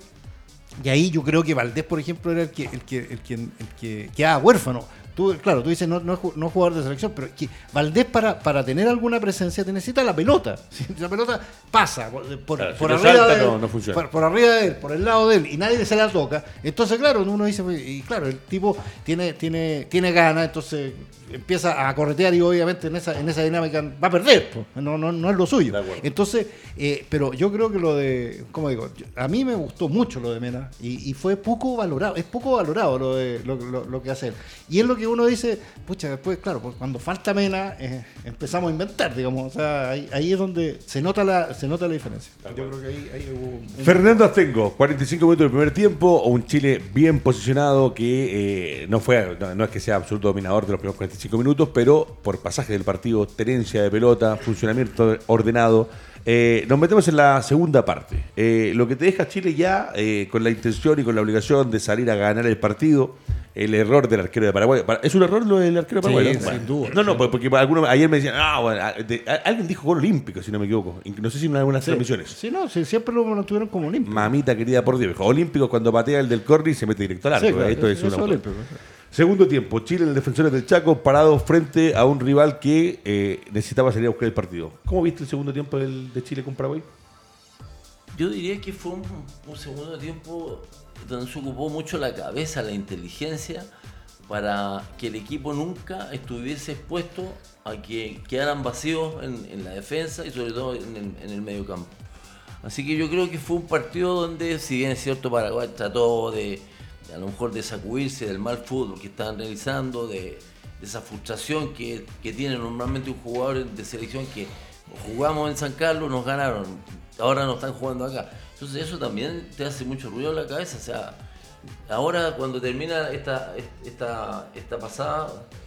Y ahí yo creo que Valdés, por ejemplo, era el que el que el que, el que quedaba huérfano. Tú, claro, tú dices no, no, no jugador de selección, pero que Valdés para, para tener alguna presencia te necesita la pelota. Si la pelota pasa por, por, claro, por si arriba salta, de él, no, no funciona. por, por arriba de él, por el lado de él, y nadie se la toca. Entonces, claro, uno dice, y claro, el tipo tiene, tiene, tiene ganas, entonces empieza a corretear y obviamente en esa, en esa dinámica va a perder, pues. no, no, no es lo suyo. Entonces, eh, pero yo creo que lo de, ¿cómo digo? Yo, a mí me gustó mucho lo de Mena y, y fue poco valorado, es poco valorado lo, de, lo, lo, lo que hace él. Y es lo que uno dice, pucha, después, claro, pues cuando falta Mena, eh, empezamos a inventar, digamos, o sea, ahí, ahí es donde se nota la, se nota la diferencia. Yo creo que ahí, ahí hubo un... Fernando Astengo, cuarenta y cinco minutos del primer tiempo, un Chile bien posicionado que eh, no fue, no, no es que sea absoluto dominador de los primeros cuarenta y cinco minutos, pero por pasaje del partido, tenencia de pelota, funcionamiento ordenado. Eh, nos metemos en la segunda parte. Eh, lo que te deja Chile ya eh, con la intención y con la obligación de salir a ganar el partido. El error del arquero de Paraguay. ¿Es un error lo del arquero de Paraguay? Sí, ¿no? sin Bueno. duda. No, no, pues porque algunos ayer me decían, ah, bueno, de, a, alguien dijo gol olímpico, si no me equivoco. No sé si en algunas Sí. transmisiones. Sí, no, sí, siempre lo, lo tuvieron como limpio. Mamita querida, por Dios. Olímpico cuando patea el del córner y se mete directo al arco. Sí, claro, Esto es eso una es olímpico. Segundo tiempo, Chile en el Defensores del Chaco parado frente a un rival que eh, necesitaba salir a buscar el partido. ¿Cómo viste el segundo tiempo del, de Chile con Paraguay? Yo diría que fue un, un segundo tiempo donde se ocupó mucho la cabeza, la inteligencia, para que el equipo nunca estuviese expuesto a que quedaran vacíos en, en la defensa y sobre todo en el, en el medio campo. Así que yo creo que fue un partido donde, si bien es cierto, Paraguay trató de, de a lo mejor de sacudirse del mal fútbol que estaban realizando, de, de esa frustración que, que tiene normalmente un jugador de selección que jugamos en San Carlos, nos ganaron, ahora no están jugando acá. Entonces eso también te hace mucho ruido en la cabeza. O sea, ahora cuando termina esta, esta, esta pasada,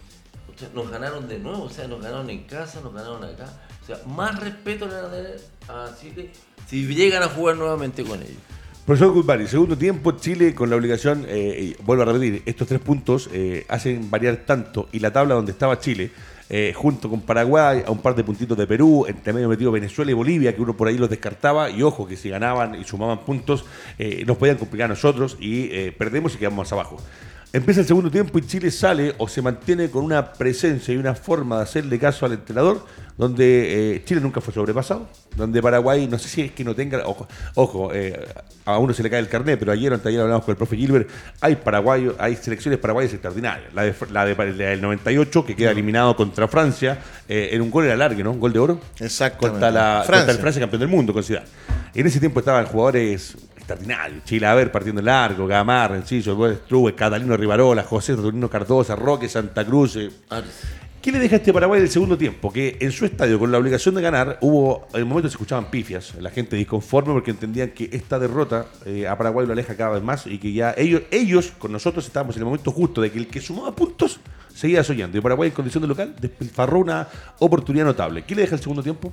nos ganaron de nuevo, o sea, nos ganaron en casa, nos ganaron acá. O sea, más respeto le van a tener a Chile si llegan a jugar nuevamente con ellos. Profesor Guzmán, segundo tiempo, Chile con la obligación, eh, vuelvo a repetir, estos tres puntos eh, hacen variar tanto y la tabla donde estaba Chile, eh, junto con Paraguay, a un par de puntitos de Perú, entre medio metido Venezuela y Bolivia, que uno por ahí los descartaba, y ojo, que si ganaban y sumaban puntos, eh, nos podían complicar a nosotros y eh, perdemos y quedamos más abajo. Empieza el segundo tiempo y Chile sale o se mantiene con una presencia y una forma de hacerle caso al entrenador, donde eh, Chile nunca fue sobrepasado, donde Paraguay, no sé si es que no tenga, ojo, ojo eh, a uno se le cae el carnet, pero ayer, antes ayer hablamos con el profe Gilbert, hay paraguayos, hay selecciones paraguayas extraordinarias, la, de, la, de, la del noventa y ocho, que queda eliminado contra Francia, eh, en un gol en alargue, ¿no? Un gol de oro. Exactamente. Contra, la, Francia. contra el Francia, campeón del mundo, con Zidane. En ese tiempo estaban jugadores extraordinarios, Chile Haber partiendo en largo, Gamar, Rencillo, Strube, Catalino Rivarola, José Saturnino Cardosa, Roque, Santa Cruz. Eh. ¿Qué le deja a este Paraguay del segundo tiempo? Que en su estadio, con la obligación de ganar, hubo, en el momento se escuchaban pifias, la gente disconforme porque entendían que esta derrota eh, a Paraguay lo aleja cada vez más y que ya ellos, ellos con nosotros estábamos en el momento justo de que el que sumaba puntos seguía soñando. Y Paraguay, en condición de local, despilfarró una oportunidad notable. ¿Qué le deja el segundo tiempo?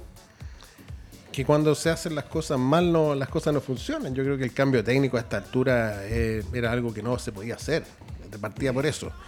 Que cuando se hacen las cosas mal, no, las cosas no funcionan. Yo creo que el cambio técnico a esta altura eh, era algo que no se podía hacer. De partida por eso.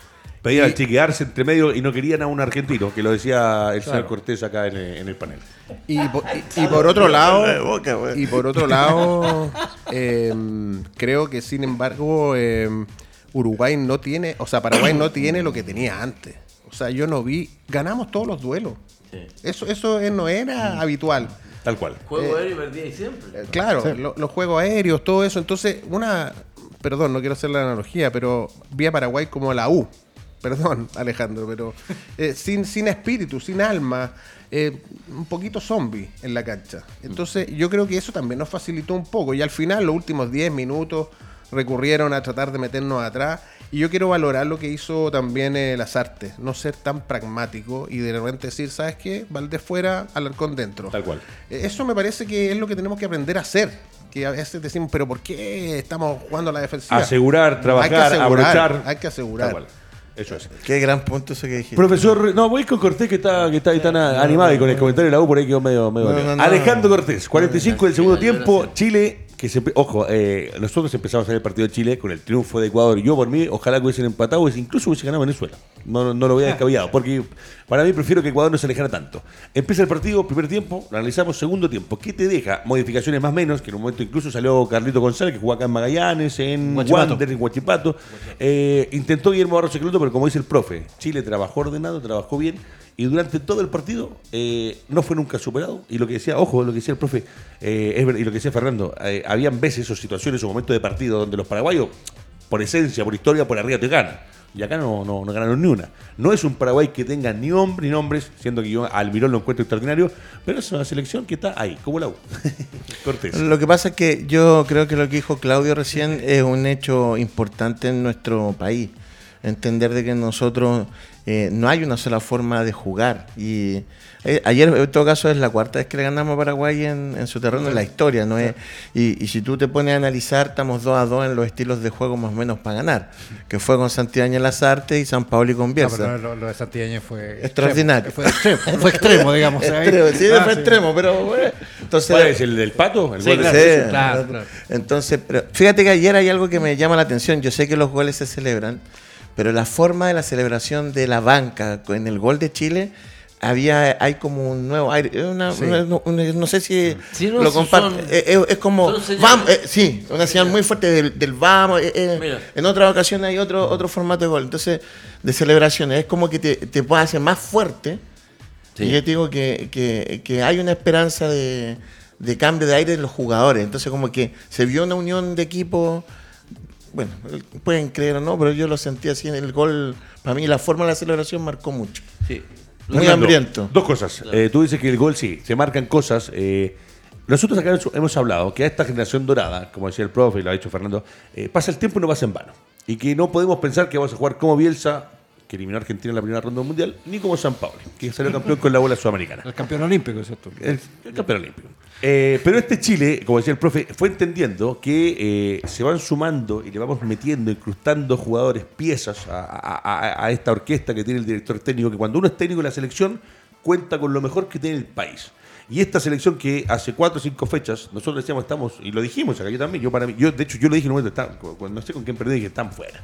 Pedían Y- al Chiqui Arce entre medio y no querían a un argentino, que lo decía el señor Claro. Cortés acá en el, en el panel. Y, po- y- y por otro lado, De boca, güey. y por otro lado, eh, creo que sin embargo eh, Uruguay no tiene, o sea, Paraguay no tiene lo que tenía antes. O sea, yo no vi, ganamos todos los duelos. Sí. Eso, eso eh, no era habitual. Tal cual. Juego aéreo y perdía y siempre. Eh, Claro, lo- los juegos aéreos, todo eso. Entonces, una, perdón, no quiero hacer la analogía, pero vi a Paraguay como la U. Perdón, Alejandro, pero eh, sin, sin espíritu, sin alma, eh, un poquito zombie en la cancha. Entonces, yo creo que eso también nos facilitó un poco. Y al final, los últimos diez minutos, recurrieron a tratar de meternos atrás. Y yo quiero valorar lo que hizo también eh, Lasarte, no ser tan pragmático y de repente decir, ¿sabes qué? Valdés fuera, Alarcón dentro. Tal cual. Eh, Eso me parece que es lo que tenemos que aprender a hacer. Que a veces decimos, pero ¿por qué estamos jugando a la defensiva? Asegurar, trabajar, Hay que asegurar, abrochar. Hay que asegurar. Tal cual. Eso es. Qué gran punto eso que dijiste. Profesor, no, voy con Cortés que está, que está ahí tan animado y con el comentario de la U por ahí quedó medio, medio No, golpeado. no, no. Alejandro Cortés, cuarenta y cinco del segundo Sí, tiempo, gracias. Chile, que se, ojo, eh, nosotros empezamos a ver el partido de Chile con el triunfo de Ecuador. Yo por mí, ojalá que hubiesen empatado, o incluso hubiese ganado Venezuela. No, no lo voy a descabellado, porque para mí prefiero que Ecuador no se alejara tanto. Empieza el partido, primer tiempo, lo analizamos, segundo tiempo. ¿Qué te deja? Modificaciones más o menos, que en un momento incluso salió Carlito González, que jugó acá en Magallanes, en Huachipato. Wander, en Huachipato. Eh, intentó Guillermo Barros Esqueloto, pero como dice el profe, Chile trabajó ordenado, trabajó bien. Y durante todo el partido eh, no fue nunca superado. Y lo que decía, ojo, lo que decía el profe, eh, es ver- y lo que decía Fernando, eh, habían veces o situaciones o momentos de partido donde los paraguayos, por esencia, por historia, por arriba te ganan. Y acá no, no, no ganaron ni una. No es un Paraguay que tenga ni hombre ni nombres, siendo que yo al Mirón lo encuentro extraordinario, pero es una selección que está ahí, como la U. Cortés. Lo que pasa es que yo creo que lo que dijo Claudio recién es un hecho importante en nuestro país. Entender de que nosotros eh, no hay una sola forma de jugar. Y eh, ayer, en todo caso, es la cuarta vez que le ganamos a Paraguay en, en su terreno en la historia. ¿No es? Y, y si tú te pones a analizar, estamos dos a dos en los estilos de juego más o menos para ganar. Que fue con Santibáñez Lazarte y San Paoli con No, Bielsa. pero lo, lo de Santillán fue Extraordinario. extremo, Fue extremo, fue extremo, digamos. o sea, ahí- Extremo, sí, Ah, fue sí. extremo, pero bueno. Entonces, ¿Cuál es el del pato? El Sí, gol de- claro, Sí, claro, claro. Entonces, pero fíjate que ayer hay algo que me llama la atención. Yo sé que los goles se celebran, pero la forma de la celebración de la banca en el gol de Chile había hay como un nuevo aire. Es una- Sí. una- no, una- no sé si Sí, no, lo sí, comparte. son- es, es- es como son señales. vamos, eh, sí, una señal muy fuerte del, del vamos. eh, eh. Mira. En otras ocasiones hay otro otro formato de gol. Entonces, de celebraciones es como que te, te puede hacer más fuerte. Sí. Y yo te digo que, que- que hay una esperanza de, de cambio de aire en los jugadores. Entonces, como que se vio una unión de equipo. Bueno, pueden creer o no, pero yo lo sentí así en el gol. Para mí, la forma de la celebración marcó mucho. Sí. Muy Fernando, hambriento. Dos cosas. Eh, tú dices que el gol sí, se marcan cosas. eh, nosotros acá hemos hablado que a esta generación dorada, como decía el profe y lo ha dicho Fernando, eh, pasa el tiempo y no pasa en vano. Y que no podemos pensar que vamos a jugar como Bielsa, que eliminó a Argentina en la primera ronda del mundial, ni como San Paolo, que salió campeón con la bola sudamericana. El campeón olímpico, ¿cierto? El, el campeón olímpico. Eh, pero este Chile, como decía el profe, fue entendiendo que eh, se van sumando y le vamos metiendo, incrustando jugadores, piezas a, a- a- a esta orquesta que tiene el director técnico, que cuando uno es técnico de la selección, cuenta con lo mejor que tiene el país. Y esta selección que hace cuatro o cinco fechas, nosotros decíamos, estamos, y lo dijimos acá, yo también, yo para mí, yo de hecho yo lo dije en un momento, está- cuando no sé con quién perdí, dije, están fuera.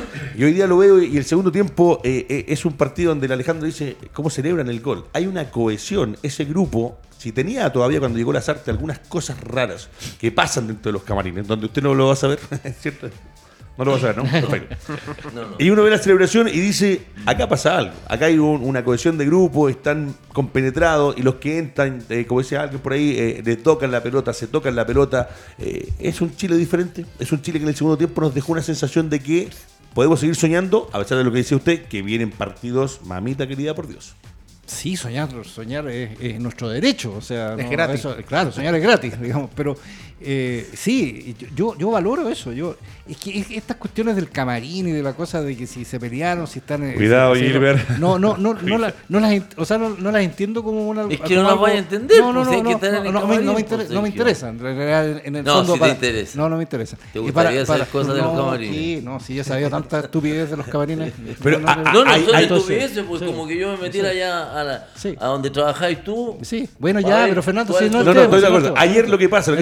Y hoy día lo veo y el segundo tiempo eh, eh, es un partido donde el Alejandro dice, ¿cómo celebran el gol? Hay una cohesión, ese grupo, si tenía todavía cuando llegó Lazarte algunas cosas raras que pasan dentro de los camarines, donde usted no lo va a saber, ¿cierto? No lo va a saber, ¿no? Perfecto. No, no. Y uno ve la celebración y dice, acá pasa algo, acá hay un- una cohesión de grupo, están compenetrados y los que entran, eh, como decía alguien por ahí, eh, le tocan la pelota, se tocan la pelota. Eh, es un Chile diferente, es un Chile que en el segundo tiempo nos dejó una sensación de que podemos seguir soñando, a pesar de lo que dice usted, que vienen partidos, mamita querida, por Dios. Sí, soñar, soñar es, es nuestro derecho, o sea, Es no, gratis. eso- claro, soñar es gratis, digamos, pero eh, sí, yo, yo valoro eso, yo es que es- estas cuestiones del camarín y de la cosa de que si se pelearon, si están eh, Cuidado, si- si- Gilbert. no, no, no, no, la- no las, ent- o sea, no, no las entiendo como una Es que como no las algo- vaya a entender, no, no, pues, hay no, que no, estar en el no, no me- no me camarín, inter- pues, no me Sergio. interesan, en realidad, en el No, fondo sí te para- interesa. no, no me interesan. Te Y gustaría saber cosas de los no, camarines. Sí, no, sí, yo sabía tanta estupidez de los camarines. Pero, no, ah, no, No, no, Hay- son hay- estupideces, pues sí. como que yo me metiera allá a, la, Sí. a donde trabajáis tú. Sí, bueno, A ya, ver, pero Fernando, ¿cuál sí, es no tu- No, no, entremos, estoy de sí, acuerdo. entremos. Ayer lo que pasa, lo que dice Alejandro,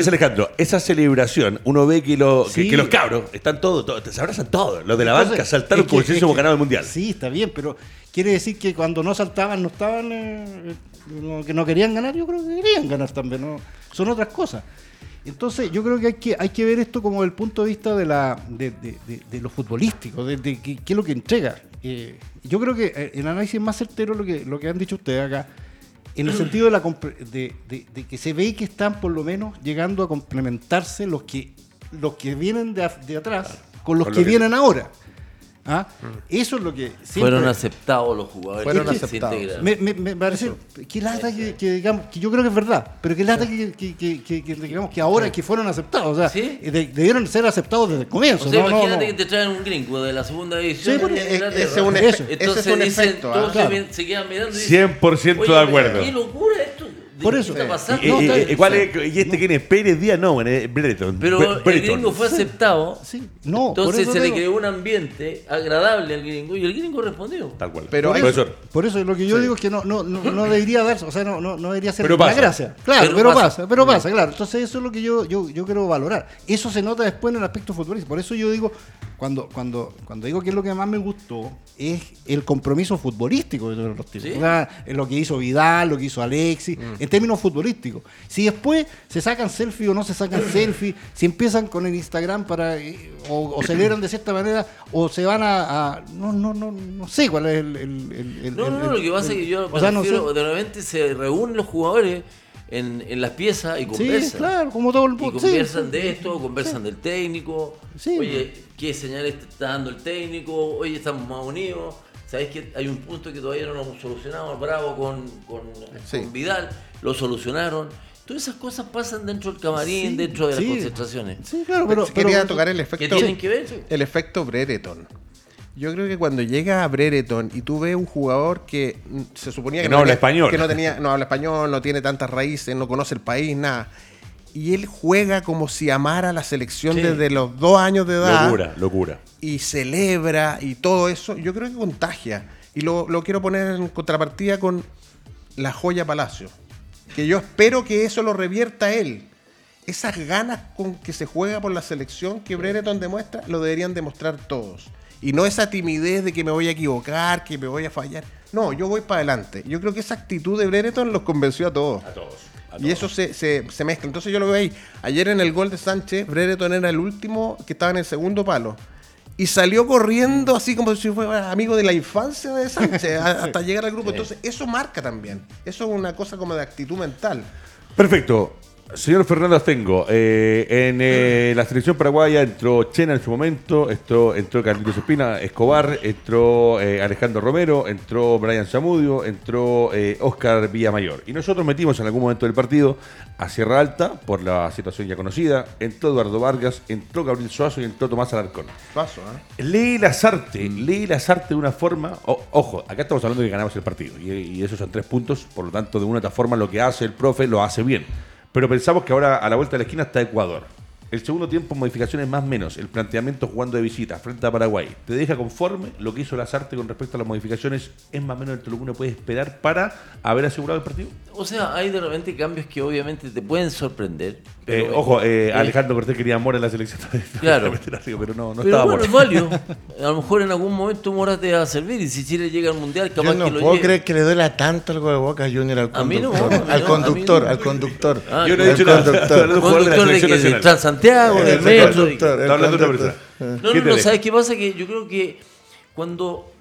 Pero esa celebración, uno ve que, lo, que- Sí. que los cabros están todos, todos, se abrazan todos. Los de la Entonces, banca saltaron es como que- si es hubiésemos que- ganado el mundial. Sí, está bien, pero quiere decir que cuando no saltaban, no estaban, eh, no- que no querían ganar, yo creo que querían ganar también, ¿no? Son otras cosas. Entonces, yo creo que hay que, hay que ver esto como desde el punto de vista de, la, de, de- de- de lo futbolístico, de, de qué, qué es lo que entrega. Eh, yo creo que eh, el análisis es más certero lo que, lo que han dicho ustedes acá, en el sentido de, la, compre- de, de- de que se ve que están por lo menos llegando a complementarse los que, los que vienen de, af- de atrás con los Con lo que que- vienen ahora. ¿Ah? Eso es lo que siempre- Fueron aceptados los jugadores. Fueron que se aceptados. integraron. me, me, me parece que lata que, que digamos, que yo creo que es verdad, pero que lata que, que, que, que- que digamos que ahora que fueron aceptados, o sea, Sí. de- debieron ser aceptados desde el comienzo. O sea, no, no, imagínate no. que te traen un gringo de la segunda división. Sí, pero de ese- Inglaterra. ese es un Eso. efe- ese Entonces es un dicen, efecto. ¿ah? todos Claro. se, se quedan mirando y dicen, cien por ciento "Oye, de pero acuerdo". qué locura esto. Por ¿Qué eso. está pasando? Y, No, y- está y- bien. ¿cuál es- ¿Y este quién es? Pérez Díaz? No, bueno, es Brereton. Pero Bre- el Brereton. gringo fue aceptado. Sí, no, por Entonces eso se le digo. creó un ambiente agradable al gringo y el gringo respondió. Tal cual. Pero hay- Profesor. Por eso lo que yo digo es que no, no, no, no debería darse, o sea, no, no, no debería ser Pero una pasa. gracia. Claro, Pero pero, pasa. pasa. pero pasa, claro. Entonces eso es lo que yo, yo, yo quiero valorar. Eso se nota después en el aspecto futbolístico. Por eso yo digo, cuando, cuando, cuando digo que es lo que más me gustó, es el compromiso futbolístico de los tipos. Sí. O sea, es lo que hizo Vidal, lo que hizo Alexis, en términos futbolísticos. Si después se sacan selfie o no se sacan selfie, si empiezan con el Instagram para eh, o, o celebran de cierta manera, o se van a, a- no, no, no, no sé cuál es el, el- el- el- No, el- no, no, lo que pasa el- es que yo o me sea, no refiero, sé. de repente se reúnen los jugadores en, en las piezas y conversan. Sí, claro, como todo el Y mundo. conversan sí, de esto, conversan del técnico. Sí. Oye, ¿qué señales te está dando el técnico? Oye, estamos más unidos. ¿Sabes que hay un punto que todavía no lo hemos solucionado? Bravo con, con, Sí. con Vidal, lo solucionaron. Todas esas cosas pasan dentro del camarín, Sí, dentro de las sí. concentraciones. Sí, claro, pero, Sí, quería pero- tocar el ¿Qué efecto, tienen que ver? el efecto Brereton. Yo creo que cuando llega a Brereton y tú ves un jugador que mm, se suponía que, Que no habla tenía- español. que no tenía, no habla español, no tiene tantas raíces, no conoce el país, nada. Y él juega como si amara la selección Sí. desde los dos años de edad. Locura, locura. Y celebra y todo eso, yo creo que contagia. Y lo, lo quiero poner en contrapartida con la joya Palacio. Que yo espero que eso lo revierta él. Esas ganas con que se juega por la selección que Brereton demuestra, lo deberían demostrar todos. Y no esa timidez de que me voy a equivocar, que me voy a fallar. No, yo voy para adelante. Yo creo que esa actitud de Brereton los convenció a todos. A todos. a Y todos. eso se, se, se mezcla. Entonces yo lo veo ahí. Ayer en el gol de Sánchez, Brereton era el último que estaba en el segundo palo. Y salió corriendo así como si fuera amigo de la infancia de Sánchez a- hasta llegar al grupo. Entonces eso marca también. Eso es una cosa como de actitud mental. Perfecto. Señor Fernando Astengo, eh, en eh, la selección paraguaya entró Chena en su momento, entró, entró Carlitos Espina, Escobar, entró eh, Alejandro Romero, entró Brian Zamudio, entró eh, Oscar Villamayor. Y nosotros metimos en algún momento del partido a Sierra Alta, por la situación ya conocida, entró Eduardo Vargas, entró Gabriel Suazo y entró Tomás Alarcón. Paso, ¿eh? Lee Lazarte, lee Lazarte de una forma. o- ojo, acá estamos hablando de que ganamos el partido. Y, y esos son tres puntos. Por lo tanto, de una u otra forma, lo que hace el profe lo hace bien. Pero pensamos que ahora a la vuelta de la esquina está Ecuador. El segundo tiempo, modificaciones más menos. El planteamiento jugando de visita frente a Paraguay. ¿Te deja conforme lo que hizo Lazarte con respecto a las modificaciones? ¿Es más o menos lo que uno puede esperar para haber asegurado el partido? O sea, hay de repente cambios que obviamente te pueden sorprender. Eh, pero- ojo, eh, eh, Alejandro Cortés quería Mora en la selección. Claro. Pero no, no Pero estaba bueno, Mora. es válido. A lo mejor en algún momento Mora te va a servir. Y si Chile llega al mundial, capaz Yo no que lo puedo lleve. creer que le duela tanto algo de Boca Junior al A mí no, conductor. a mí al no, conductor, a mí no. al conductor. Ah, Yo no he Al dicho nada. conductor. Estoy hablando de un jugador de la Conductor de, selección que, de nacional. Transantiago, del El metro. conductor, Está hablando de otra conductor. persona. No, ¿Qué no, no, tenés? ¿sabes qué pasa? Que yo creo que cuando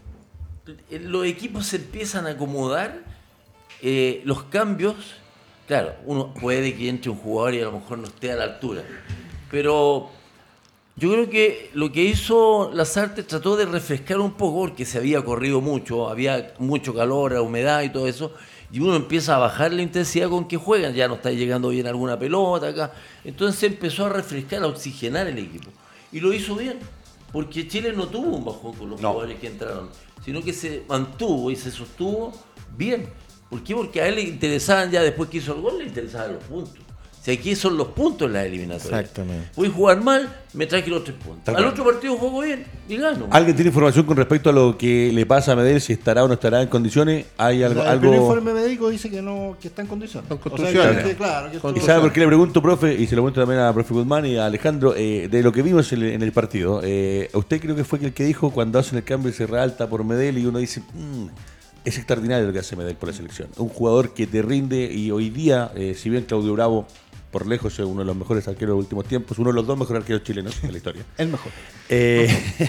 los equipos se empiezan a acomodar, eh, los cambios, claro, uno puede que entre un jugador y a lo mejor no esté a la altura, pero yo creo que lo que hizo Lazarte trató de refrescar un poco, porque se había corrido mucho, había mucho calor, humedad y todo eso, y uno empieza a bajar la intensidad con que juegan, ya no está llegando bien alguna pelota acá, entonces empezó a refrescar, a oxigenar el equipo, y lo hizo bien, porque Chile no tuvo un bajón con los No. jugadores que entraron, sino que se mantuvo y se sostuvo bien. ¿Por qué? Porque a él le interesaban ya, después que hizo el gol, le interesaban los puntos. Si aquí son los puntos en las eliminatorias. Exactamente. Voy a jugar mal, me traje los tres puntos. Tal Al cual. otro partido juego bien y gano. ¿Alguien tiene información con respecto a lo que le pasa a Medel, si estará o no estará en condiciones? ¿Hay algo? El primer algo... informe médico dice que no, que está en condiciones. Con O sea, contusiones. que- que, claro, que estuvo- ¿Y sabe por qué le pregunto, profe? Y se lo pregunto también a profe Guzmán y a Alejandro, eh, de lo que vimos en el, en el partido. Eh, usted creo que fue el que dijo cuando hacen el cambio se realta por Medel y uno dice, "Mm, es extraordinario lo que hace Medel por la selección. Un jugador que te rinde y hoy día, eh, si bien Claudio Bravo, por lejos es uno de los mejores arqueros de los últimos tiempos, uno de los dos mejores arqueros chilenos de la historia. El mejor. Eh,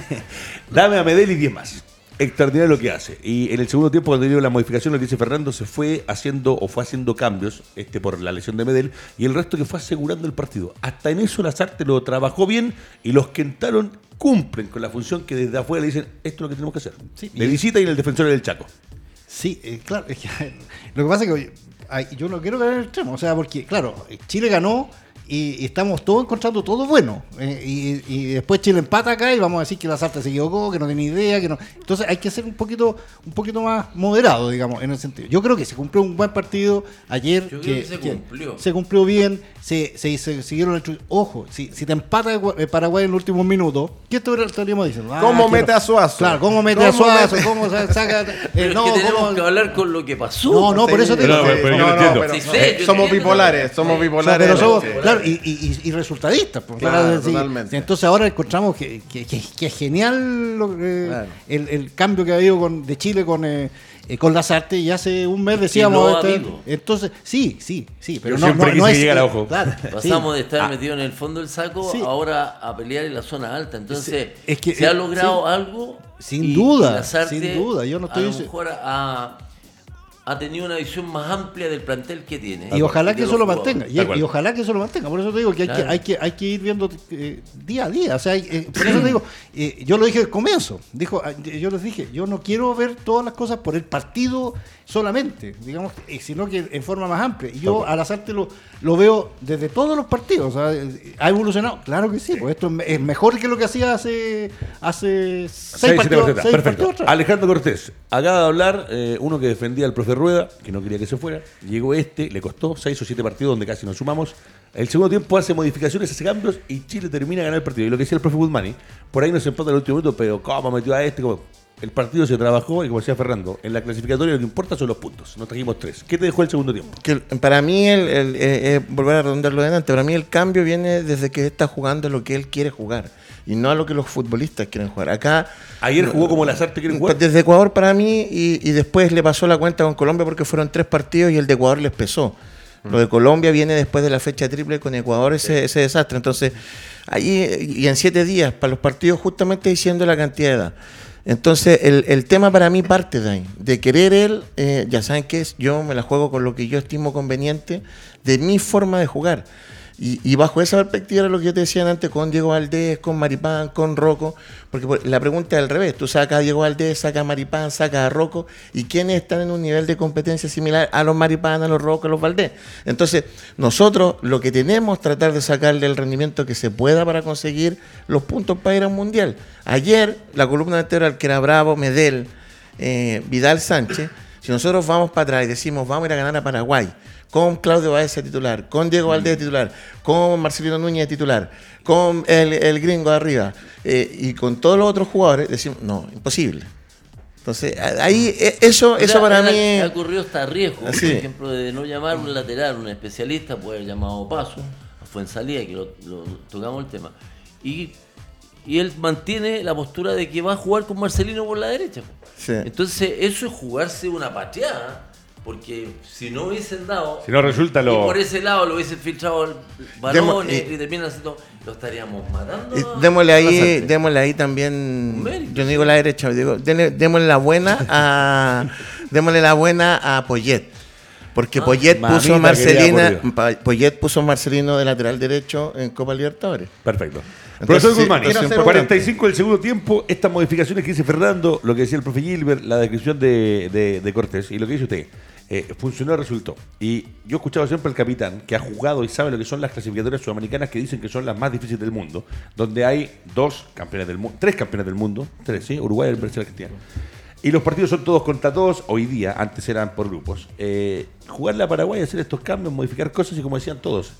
dame a Medel y diez más. Extraordinario lo que hace. Y en el segundo tiempo, cuando dio la modificación, lo que dice Fernando, se fue haciendo o fue haciendo cambios este por la lesión de Medel y el resto que fue asegurando el partido. Hasta en eso Lazarte lo trabajó bien y los que entraron cumplen con la función que desde afuera le dicen, esto es lo que tenemos que hacer. Sí, de y- visita y en el defensor del Chaco. Sí, eh, claro. Es que, lo que pasa es que ay, yo no quiero caer en el extremo. O sea, porque, claro, Chile ganó y, y estamos todos encontrando todo bueno. Eh, y, y después Chile empata acá y vamos a decir que Lazarte se equivocó, que no tenía idea. que no Entonces hay que ser un poquito un poquito más moderado, digamos, en el sentido. Yo creo que se cumplió un buen partido ayer. Yo creo que se cumplió. Se cumplió bien, se, se, se siguieron el instru- Ojo, si, si te empata eh, Paraguay en los últimos minutos, ¿qué estaríamos diciendo? Ah, ¿Cómo que mete no. a Suazo? Claro, ¿cómo mete ¿Cómo a Suazo? mete- ¿Cómo sa- saca? eh, Pero no, es que tenemos ¿cómo- que hablar con lo que pasó. No, no, por eso te Pero, digo. pero, pero yo No, lo no, entiendo. pero Sí, so- sí, eh, yo somos entiendo. bipolares, somos Sí. O sea, bipolares. pero somos, Sí. claro, y, y, y, y resultadistas. Pues, Claro, claro, sí. totalmente. Entonces ahora encontramos que, que, que- que es genial lo- eh, Claro. el, el cambio que ha habido con, de Chile con, eh, eh, con Lazarte y hace un mes lo decíamos. ha este- habido. entonces, sí, sí, sí, pero Yo no, siempre no, quise no que es. llegara, eh, ojo. claro, Pasamos sí. de estar Ah. metido en el fondo del saco Sí. ahora a pelear en la zona alta. Entonces, Sí, es que, se ha eh, logrado sí. algo. Sin y- duda, y Lazarte, sin duda, yo no estoy A lo dic- mejor ha, ha tenido una visión más amplia del plantel que tiene. Y ojalá de que los eso lo jugadores. mantenga. Tal Y, cual. y ojalá que eso lo mantenga. Por eso te digo que hay, Claro. que, hay, que, hay que ir viendo eh, día a día. O sea, hay- eh, por eso te digo, eh, yo lo dije al comienzo. Dijo, ah, yo les dije, yo no quiero ver todas las cosas por el partido solamente, digamos, eh, sino que en forma más amplia. Y yo Ok. al Lazarte lo, lo veo desde todos los partidos. O sea, eh, ¿ha evolucionado? Claro que sí, pues esto es me- es mejor que lo que hacía hace, hace seis, Seis, siete partidos, partidos. seis Perfecto. partidos atrás. Alejandro Cortés, acaba de hablar eh, uno que defendía al profe Rueda, que no quería que se fuera. Llegó este, le costó seis o siete partidos donde casi nos sumamos. El segundo tiempo hace modificaciones, hace cambios y Chile termina de ganar el partido. Y lo que decía el profe Guzmani, por ahí nos empata el último minuto, pero ¿cómo metió a este? ¿Cómo? El partido se trabajó y como decía Fernando, en la clasificatoria lo que importa son los puntos. Nos trajimos tres. ¿Qué te dejó el segundo tiempo? Que para mí, el, el- eh, eh, volver a redondearlo de delante, para mí el cambio viene desde que está jugando lo que él quiere jugar y no a lo que los futbolistas quieren jugar. Acá, Ayer jugó como Lazarte quiere jugar. desde Ecuador para mí y, y después le pasó la cuenta con Colombia porque fueron tres partidos y el de Ecuador les pesó. Lo de Colombia viene después de la fecha triple con Ecuador, ese, ese desastre. Entonces, ahí y en siete días, para los partidos justamente diciendo la cantidad de edad. Entonces, el, el tema para mí parte de ahí, de querer él, eh, ya saben que es, yo me la juego con lo que yo estimo conveniente, de mi forma de jugar. Y, y bajo esa perspectiva era lo que yo te decía antes con Diego Valdés, con Maripán, con Rocco, porque por- la pregunta es al revés, tú sacas a Diego Valdés, sacas a Maripán, sacas a Rocco, y quiénes están en un nivel de competencia similar a los Maripán, a los Rocco, a los Valdés. Entonces, nosotros lo que tenemos es tratar de sacarle el rendimiento que se pueda para conseguir los puntos para ir a un mundial. Ayer, la columna vertebral que era Bravo, Medel, eh, Vidal Sánchez, si nosotros vamos para atrás y decimos vamos a ir a ganar a Paraguay, con Claudio Baez de titular, con Diego Valdés de titular, con Marcelino Núñez de titular, con el, el gringo de arriba, eh, y con todos los otros jugadores, decimos, no, imposible. Entonces, a- ahí, eh, eso, O sea, eso para ha- mí... ha ocurrido hasta riesgo, Sí. por ejemplo, de no llamar un lateral, un especialista, puede haber llamado Paso, fue en salida, que lo, lo- tocamos el tema. Y, y él mantiene la postura de que va a jugar con Marcelino por la derecha. po. Sí. Entonces, eso es jugarse una pateada, porque si no hubiesen dado. Si no resulta lo- Y por ese lado lo hubiesen filtrado balones Demo- y- y, terminan haciendo. Lo estaríamos matando. Y a- démosle a ahí, Lazarte. démosle ahí también. Mérito. Yo no digo la derecha, digo, denle- démosle la buena a démosle la buena a Poyet. Porque Ah, Poyet mamita puso querida, Marcelina, por Pa- Poyet puso Marcelino de lateral derecho en Copa Libertadores. Perfecto. Entonces, Profesor sí, Guzmán, quiero hacer cuarenta y cinco del segundo tiempo, estas modificaciones que dice Fernando, lo que decía el profe Gilbert, la descripción de, de- de Cortés y lo que dice usted, eh, funcionó, resultó. Y yo he escuchado siempre al capitán, que ha jugado y sabe lo que son las clasificatorias sudamericanas, que dicen que son las más difíciles del mundo, donde hay dos campeones del mundo, tres campeones del mundo, tres, ¿sí? Uruguay, Brasil y Argentina. Y los partidos son todos contra todos, hoy día, antes eran por grupos. Eh, jugarle a Paraguay, hacer estos cambios, modificar cosas y como decían todos,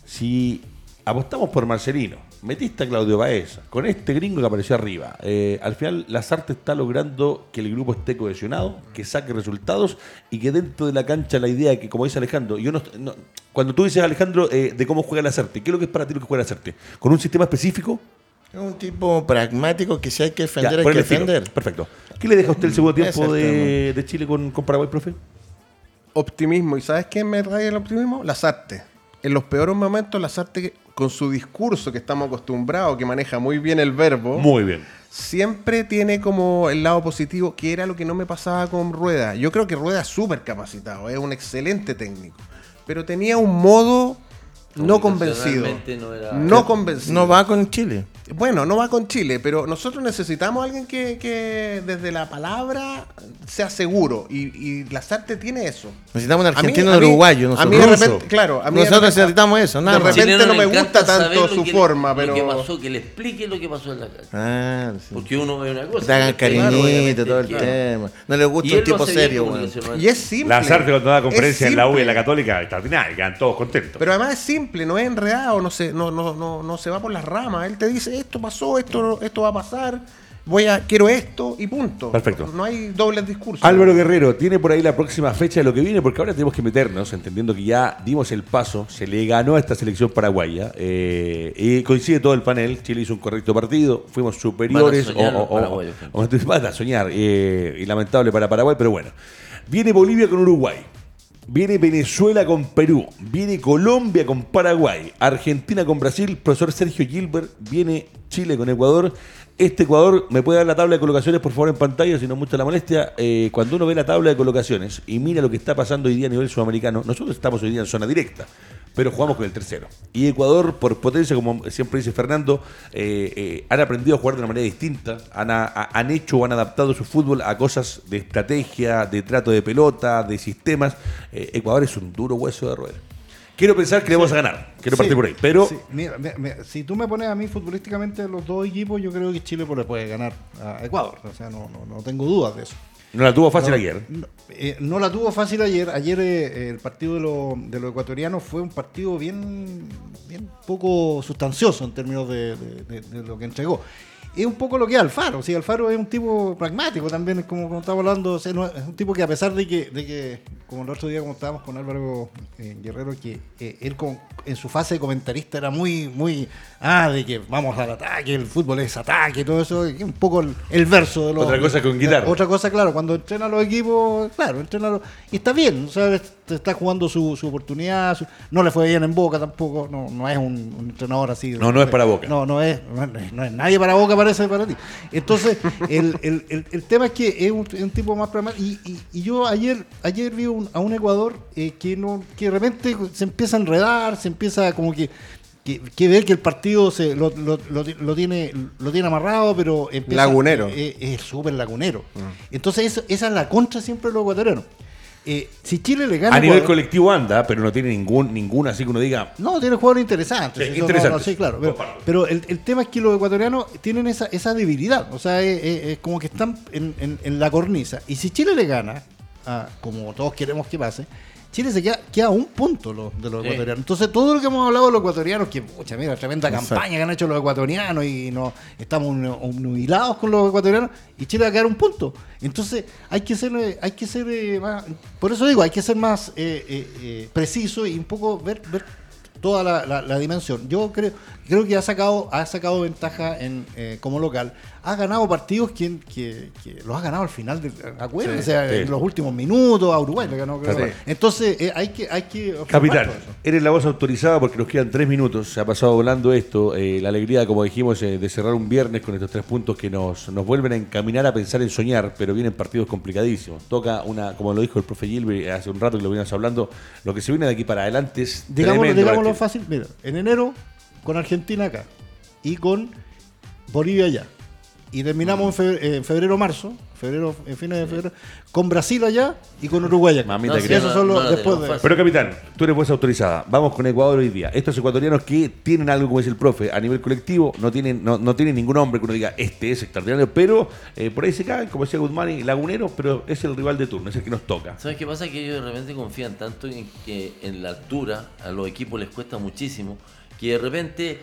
si apostamos por Marcelino, metiste a Claudio Baeza, con este gringo que apareció arriba, eh, al final Lasarte está logrando que el grupo esté cohesionado, que saque resultados y que dentro de la cancha la idea que, como dice Alejandro, yo no, no cuando tú dices, Alejandro, eh, de cómo juega Lasarte, ¿qué es lo que es para ti lo que juega Lasarte? ¿Con un sistema específico? Es un tipo pragmático que si hay que defender, Ya, hay por que el estilo. defender. Perfecto. ¿Qué le deja a usted el segundo tiempo Ese es el de, de Chile con, con Paraguay, profe? Optimismo. ¿Y sabes quién me trae el optimismo? Lasarte. En los peores momentos, Lasarte, con su discurso que estamos acostumbrados, que maneja muy bien el verbo, Muy bien. siempre tiene como el lado positivo, que era lo que no me pasaba con Rueda. Yo creo que Rueda es súper capacitado, es un excelente técnico, pero tenía un modo no convencido. Comunicacionalmente no era- No convencido. No va con Chile. Bueno, no va con Chile, pero nosotros necesitamos a alguien que, que desde la palabra sea seguro. Y, y Lasarte tiene eso. Necesitamos un A mí- argentino a de mí- Uruguayo, A nosotros. mí de ruso. repente, claro, a mí de Nosotros repente- necesitamos eso, nada de más. repente Chileno no me le gusta encanta tanto saber lo su que- forma, pero- Lo que pasó, que le explique lo que pasó en la calle. Ah, sí. Porque uno ve una cosa. Que te hagan pero claro, cariñito, obviamente, todo el claro. tema. No le Y gusta él un lo tipo hace bien serio, weón. comunicacionalmente. Y es simple. Lasarte cuando da conferencia Es en la U y en simple. la Católica, extraordinario, quedan todos contentos. Pero además es simple, no es enredado, no se, no, no, no, no se va por las ramas. Él te dice, esto pasó, esto, esto va a pasar, voy a, quiero esto y punto. Perfecto. No hay dobles discursos. Álvaro Guerrero, ¿tiene por ahí la próxima fecha de lo que viene? Porque ahora tenemos que meternos, entendiendo que ya dimos el paso, se le ganó a esta selección paraguaya, eh, y coincide todo el panel, Chile hizo un correcto partido, fuimos superiores, Van a soñar o, los o- paraguayos, o- o- van a soñar, eh, y lamentable para Paraguay, pero bueno. Viene Bolivia con Uruguay, viene Venezuela con Perú, viene Colombia con Paraguay, Argentina con Brasil, profesor Sergio Gilbert, viene Chile con Ecuador. Este Ecuador, ¿me puede dar la tabla de colocaciones por favor en pantalla, si no mucha la molestia? Eh, cuando uno ve la tabla de colocaciones y mira lo que está pasando hoy día a nivel sudamericano, nosotros estamos hoy día en zona directa, pero jugamos con el tercero. Y Ecuador, por potencia, como siempre dice Fernando, eh, eh, han aprendido a jugar de una manera distinta, han, a- han hecho o han adaptado su fútbol a cosas de estrategia, de trato de pelota, de sistemas. Eh, Ecuador es un duro hueso de roer. Quiero pensar que le vamos a ganar, quiero partir Sí, por ahí, pero sí. Mira, me- me- si tú me pones a mí futbolísticamente los dos equipos, yo creo que Chile pues, le puede ganar a Ecuador. O sea, no, no, no tengo dudas de eso. no la tuvo fácil No, ayer. No, eh, no la tuvo fácil ayer. Ayer eh, el partido de los de los ecuatorianos fue un partido bien, bien poco sustancioso en términos de, de- de- de lo que entregó. Es un poco lo que es Alfaro. Sí, Alfaro es un tipo pragmático también, es como, como estamos hablando. O sea, no- es un tipo que a pesar de que, de que como el otro día como estábamos con Álvaro eh, Guerrero, que eh, él con- en su fase de comentarista era muy, muy, ah, de que vamos al ataque, el fútbol es ataque, todo eso, y un poco el, el verso de los... Otra cosa con guitarra. Otra cosa, claro, cuando entrena a los equipos, claro, entrena a los- y está bien, o sea, te está jugando su, su oportunidad, su- no le fue bien en Boca tampoco, no, no es un, un entrenador así. No, no es para Boca. No, no es, no es, no es nadie para Boca, parece para ti. Entonces, el, el, el, el tema es que es un, es un tipo más pragmático, y, y, y yo ayer, ayer vi un- a un Ecuador eh, que no, que de repente se empieza a enredar, se empieza como que que, que ver que el partido se lo, lo, lo, lo tiene lo tiene amarrado, pero empieza, Lagunero. eh, es súper lagunero. Entonces eso- esa es la contra siempre de los ecuatorianos. Eh, si Chile le gana A nivel Ecuador- colectivo anda, pero no tiene ningún ninguna así que uno diga. no, tiene jugadores interesantes. Sí, eso interesantes. no- no, sí, claro. Pero, Comparto. pero el, el tema es que los ecuatorianos tienen esa, esa debilidad. O sea, es, es- es como que están en, en- en la cornisa. Y si Chile le gana, a- como todos queremos que pase, Chile se queda, queda a un punto lo- de los Sí. ecuatorianos. Entonces, todo lo que hemos hablado de los ecuatorianos, que, pucha, mira, tremenda Exacto. campaña que han hecho los ecuatorianos y no estamos obnubilados con los ecuatorianos, y Chile va a quedar un punto. Entonces, hay que ser, eh, hay que ser eh, más, por eso digo, hay que ser más eh, eh, eh, preciso y un poco ver, ver toda la, la- la dimensión. Yo creo, creo que ha sacado, ha sacado ventaja en eh, como local. Ha ganado partidos que, que, que los ha ganado al final del acuerdo, Sí, o sea, sí. en los últimos minutos, a Uruguay le ganó, creo. Sí. Entonces, eh, hay que, hay que observar Capitán, todo eso. eres la voz autorizada porque nos quedan tres minutos. Se ha pasado volando esto. eh, la alegría, como dijimos, eh, de cerrar un viernes con estos tres puntos que nos, nos vuelven a encaminar a pensar en soñar, pero vienen partidos complicadísimos. Toca una, como lo dijo el profe Gilbert hace un rato que lo veníamos hablando, lo que se viene de aquí para adelante es Digámoslo, tremendo digámoslo para fácil, mira, en enero con Argentina acá y con Bolivia allá. y terminamos en febrero, en febrero marzo, febrero, en fines de febrero, con Brasil allá y con Uruguay acá. Mamita No, querida. Esos son no, los no la después tenemos de... fácil. Pero capitán, tú eres voz autorizada. Vamos con Ecuador hoy día. Estos ecuatorianos que tienen algo, como dice el profe, a nivel colectivo, no tienen, no, no tienen ningún hombre que uno diga, este es extraordinario, pero eh, por ahí se caen, como decía Guzmán, y laguneros, pero es el rival de turno, es el que nos toca. ¿Sabes qué pasa? Que ellos de repente confían tanto en que en la altura a los equipos les cuesta muchísimo, que de repente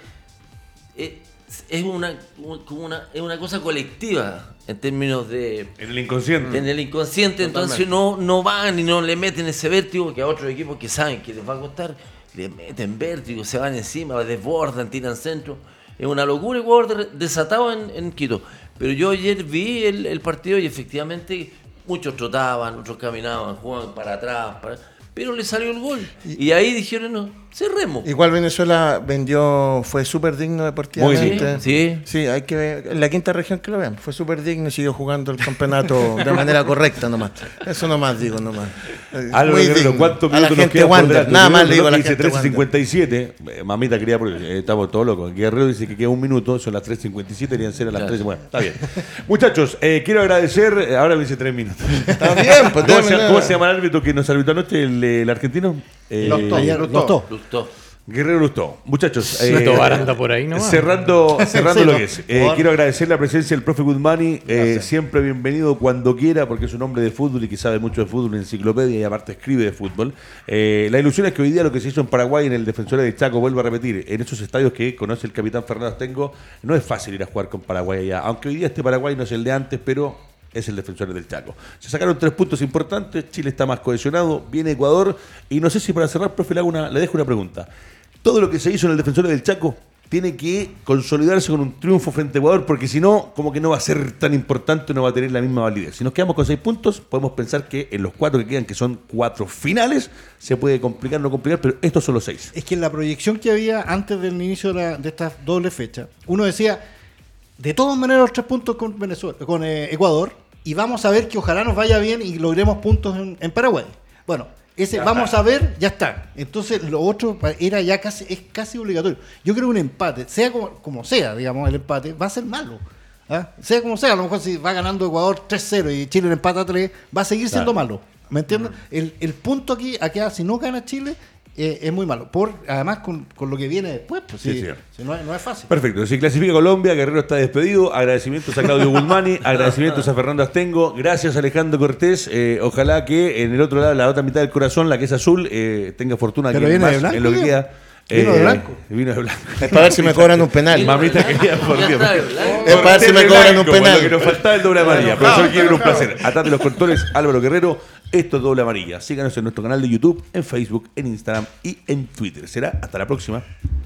es, es una, como una, es una cosa colectiva en términos de... En el inconsciente. En el inconsciente, entonces no, no van y no le meten ese vértigo que a otros equipos que saben que les va a costar, le meten vértigo, se van encima, desbordan, tiran centro. Es una locura Ecuador desatado en, en Quito. Pero yo ayer vi el, el partido y efectivamente muchos trotaban, otros caminaban, jugaban para atrás, para... pero le salió el gol. Y, y ahí dijeron, no, cerremos. Igual Venezuela vendió, fue súper digno deportivamente. Muy bien, sí. Sí, hay que ver, en la quinta región que lo vean, fue súper digno y siguió jugando el campeonato de manera correcta nomás. Eso nomás digo, nomás. Eh, Álvaro muy Guerrero, digno. ¿cuántos A la minutos nos gente quedan por Wander, delante? nada más Guerrero le digo a la dice gente tres Wander. cincuenta y siete. Eh, Mamita quería, porque eh, estamos todos locos. Guerrero dice que queda un minuto, son las tres cincuenta y siete, deberían ser a las Claro. tres. Bueno, está bien. Muchachos, eh, quiero agradecer, eh, ahora me dice tres minutos. Está bien, pues ¿Cómo se, déjame- cómo se llama el árbitro que nos arbitró anoche, el, el argentino? Eh, Lostó. Ayer, Lustó. Lustó. Gustó. Guerrero Lustó. Muchachos, Eh, Tobar anda por ahí nomás. cerrando, cerrando Sí, lo no. que es. Eh, Por- quiero agradecer la presencia del profe Guzmani. Eh, siempre bienvenido cuando quiera, porque es un hombre de fútbol y que sabe mucho de fútbol, en enciclopedia y aparte escribe de fútbol. Eh, la ilusión es que hoy día lo que se hizo en Paraguay, en el Defensor del Chaco, vuelvo a repetir, en esos estadios que conoce el capitán Fernando Astengo, no es fácil ir a jugar con Paraguay allá. Aunque hoy día este Paraguay no es el de antes, pero es el Defensor del Chaco. Se sacaron tres puntos importantes, Chile está más cohesionado, viene Ecuador, y no sé si para cerrar, profe, le, hago una, le dejo una pregunta. Todo lo que se hizo en el Defensor del Chaco tiene que consolidarse con un triunfo frente a Ecuador, porque si no, como que no va a ser tan importante, no va a tener la misma validez. Si nos quedamos con seis puntos, podemos pensar que en los cuatro que quedan, que son cuatro finales, se puede complicar, no complicar, pero estos son los seis. Es que en la proyección que había antes del inicio de, la- de estas dobles fechas, uno decía, de todas maneras los tres puntos con Venezuela, con eh, Ecuador, y vamos a ver que ojalá nos vaya bien y logremos puntos en, en Paraguay. Bueno, ese Ya vamos está. a ver, ya está. Entonces lo otro pa- era ya casi, es casi obligatorio. Yo creo que un empate, sea como, como sea, digamos, el empate, va a ser malo. ¿Ah? Sea como sea, a lo mejor si va ganando Ecuador tres cero y Chile le empata tres, va a seguir siendo Claro. malo. ¿Me entiendes? El, el punto aquí, aquí, si no gana Chile, eh, es muy malo. Por, además, con, con lo que viene después, pues Sí, si- señor. si no, es- no es fácil. Perfecto, si clasifica Colombia, Guerrero está despedido. Agradecimientos a Claudio Guzmani, agradecimientos a Fernando Astengo, gracias a Alejandro Cortés. Eh, ojalá que en el otro lado, la otra mitad del corazón, la que es azul, eh, tenga fortuna Pero que viene más de blanco, en lo que ya. queda. Vino de blanco. Vino de blanco. Es para ver si me cobran un penal. Mamita querida, por Ya Dios. está, ¿verdad? Es para ver si me Cortés de cobran un blanco, penal. Lo que nos faltaba el doble amarilla. Profesor, quiero un placer. Atate los controles, Álvaro Guerrero. Esto es Doble Amarilla. Síganos en nuestro canal de YouTube, en Facebook, en Instagram y en Twitter. Será hasta la próxima.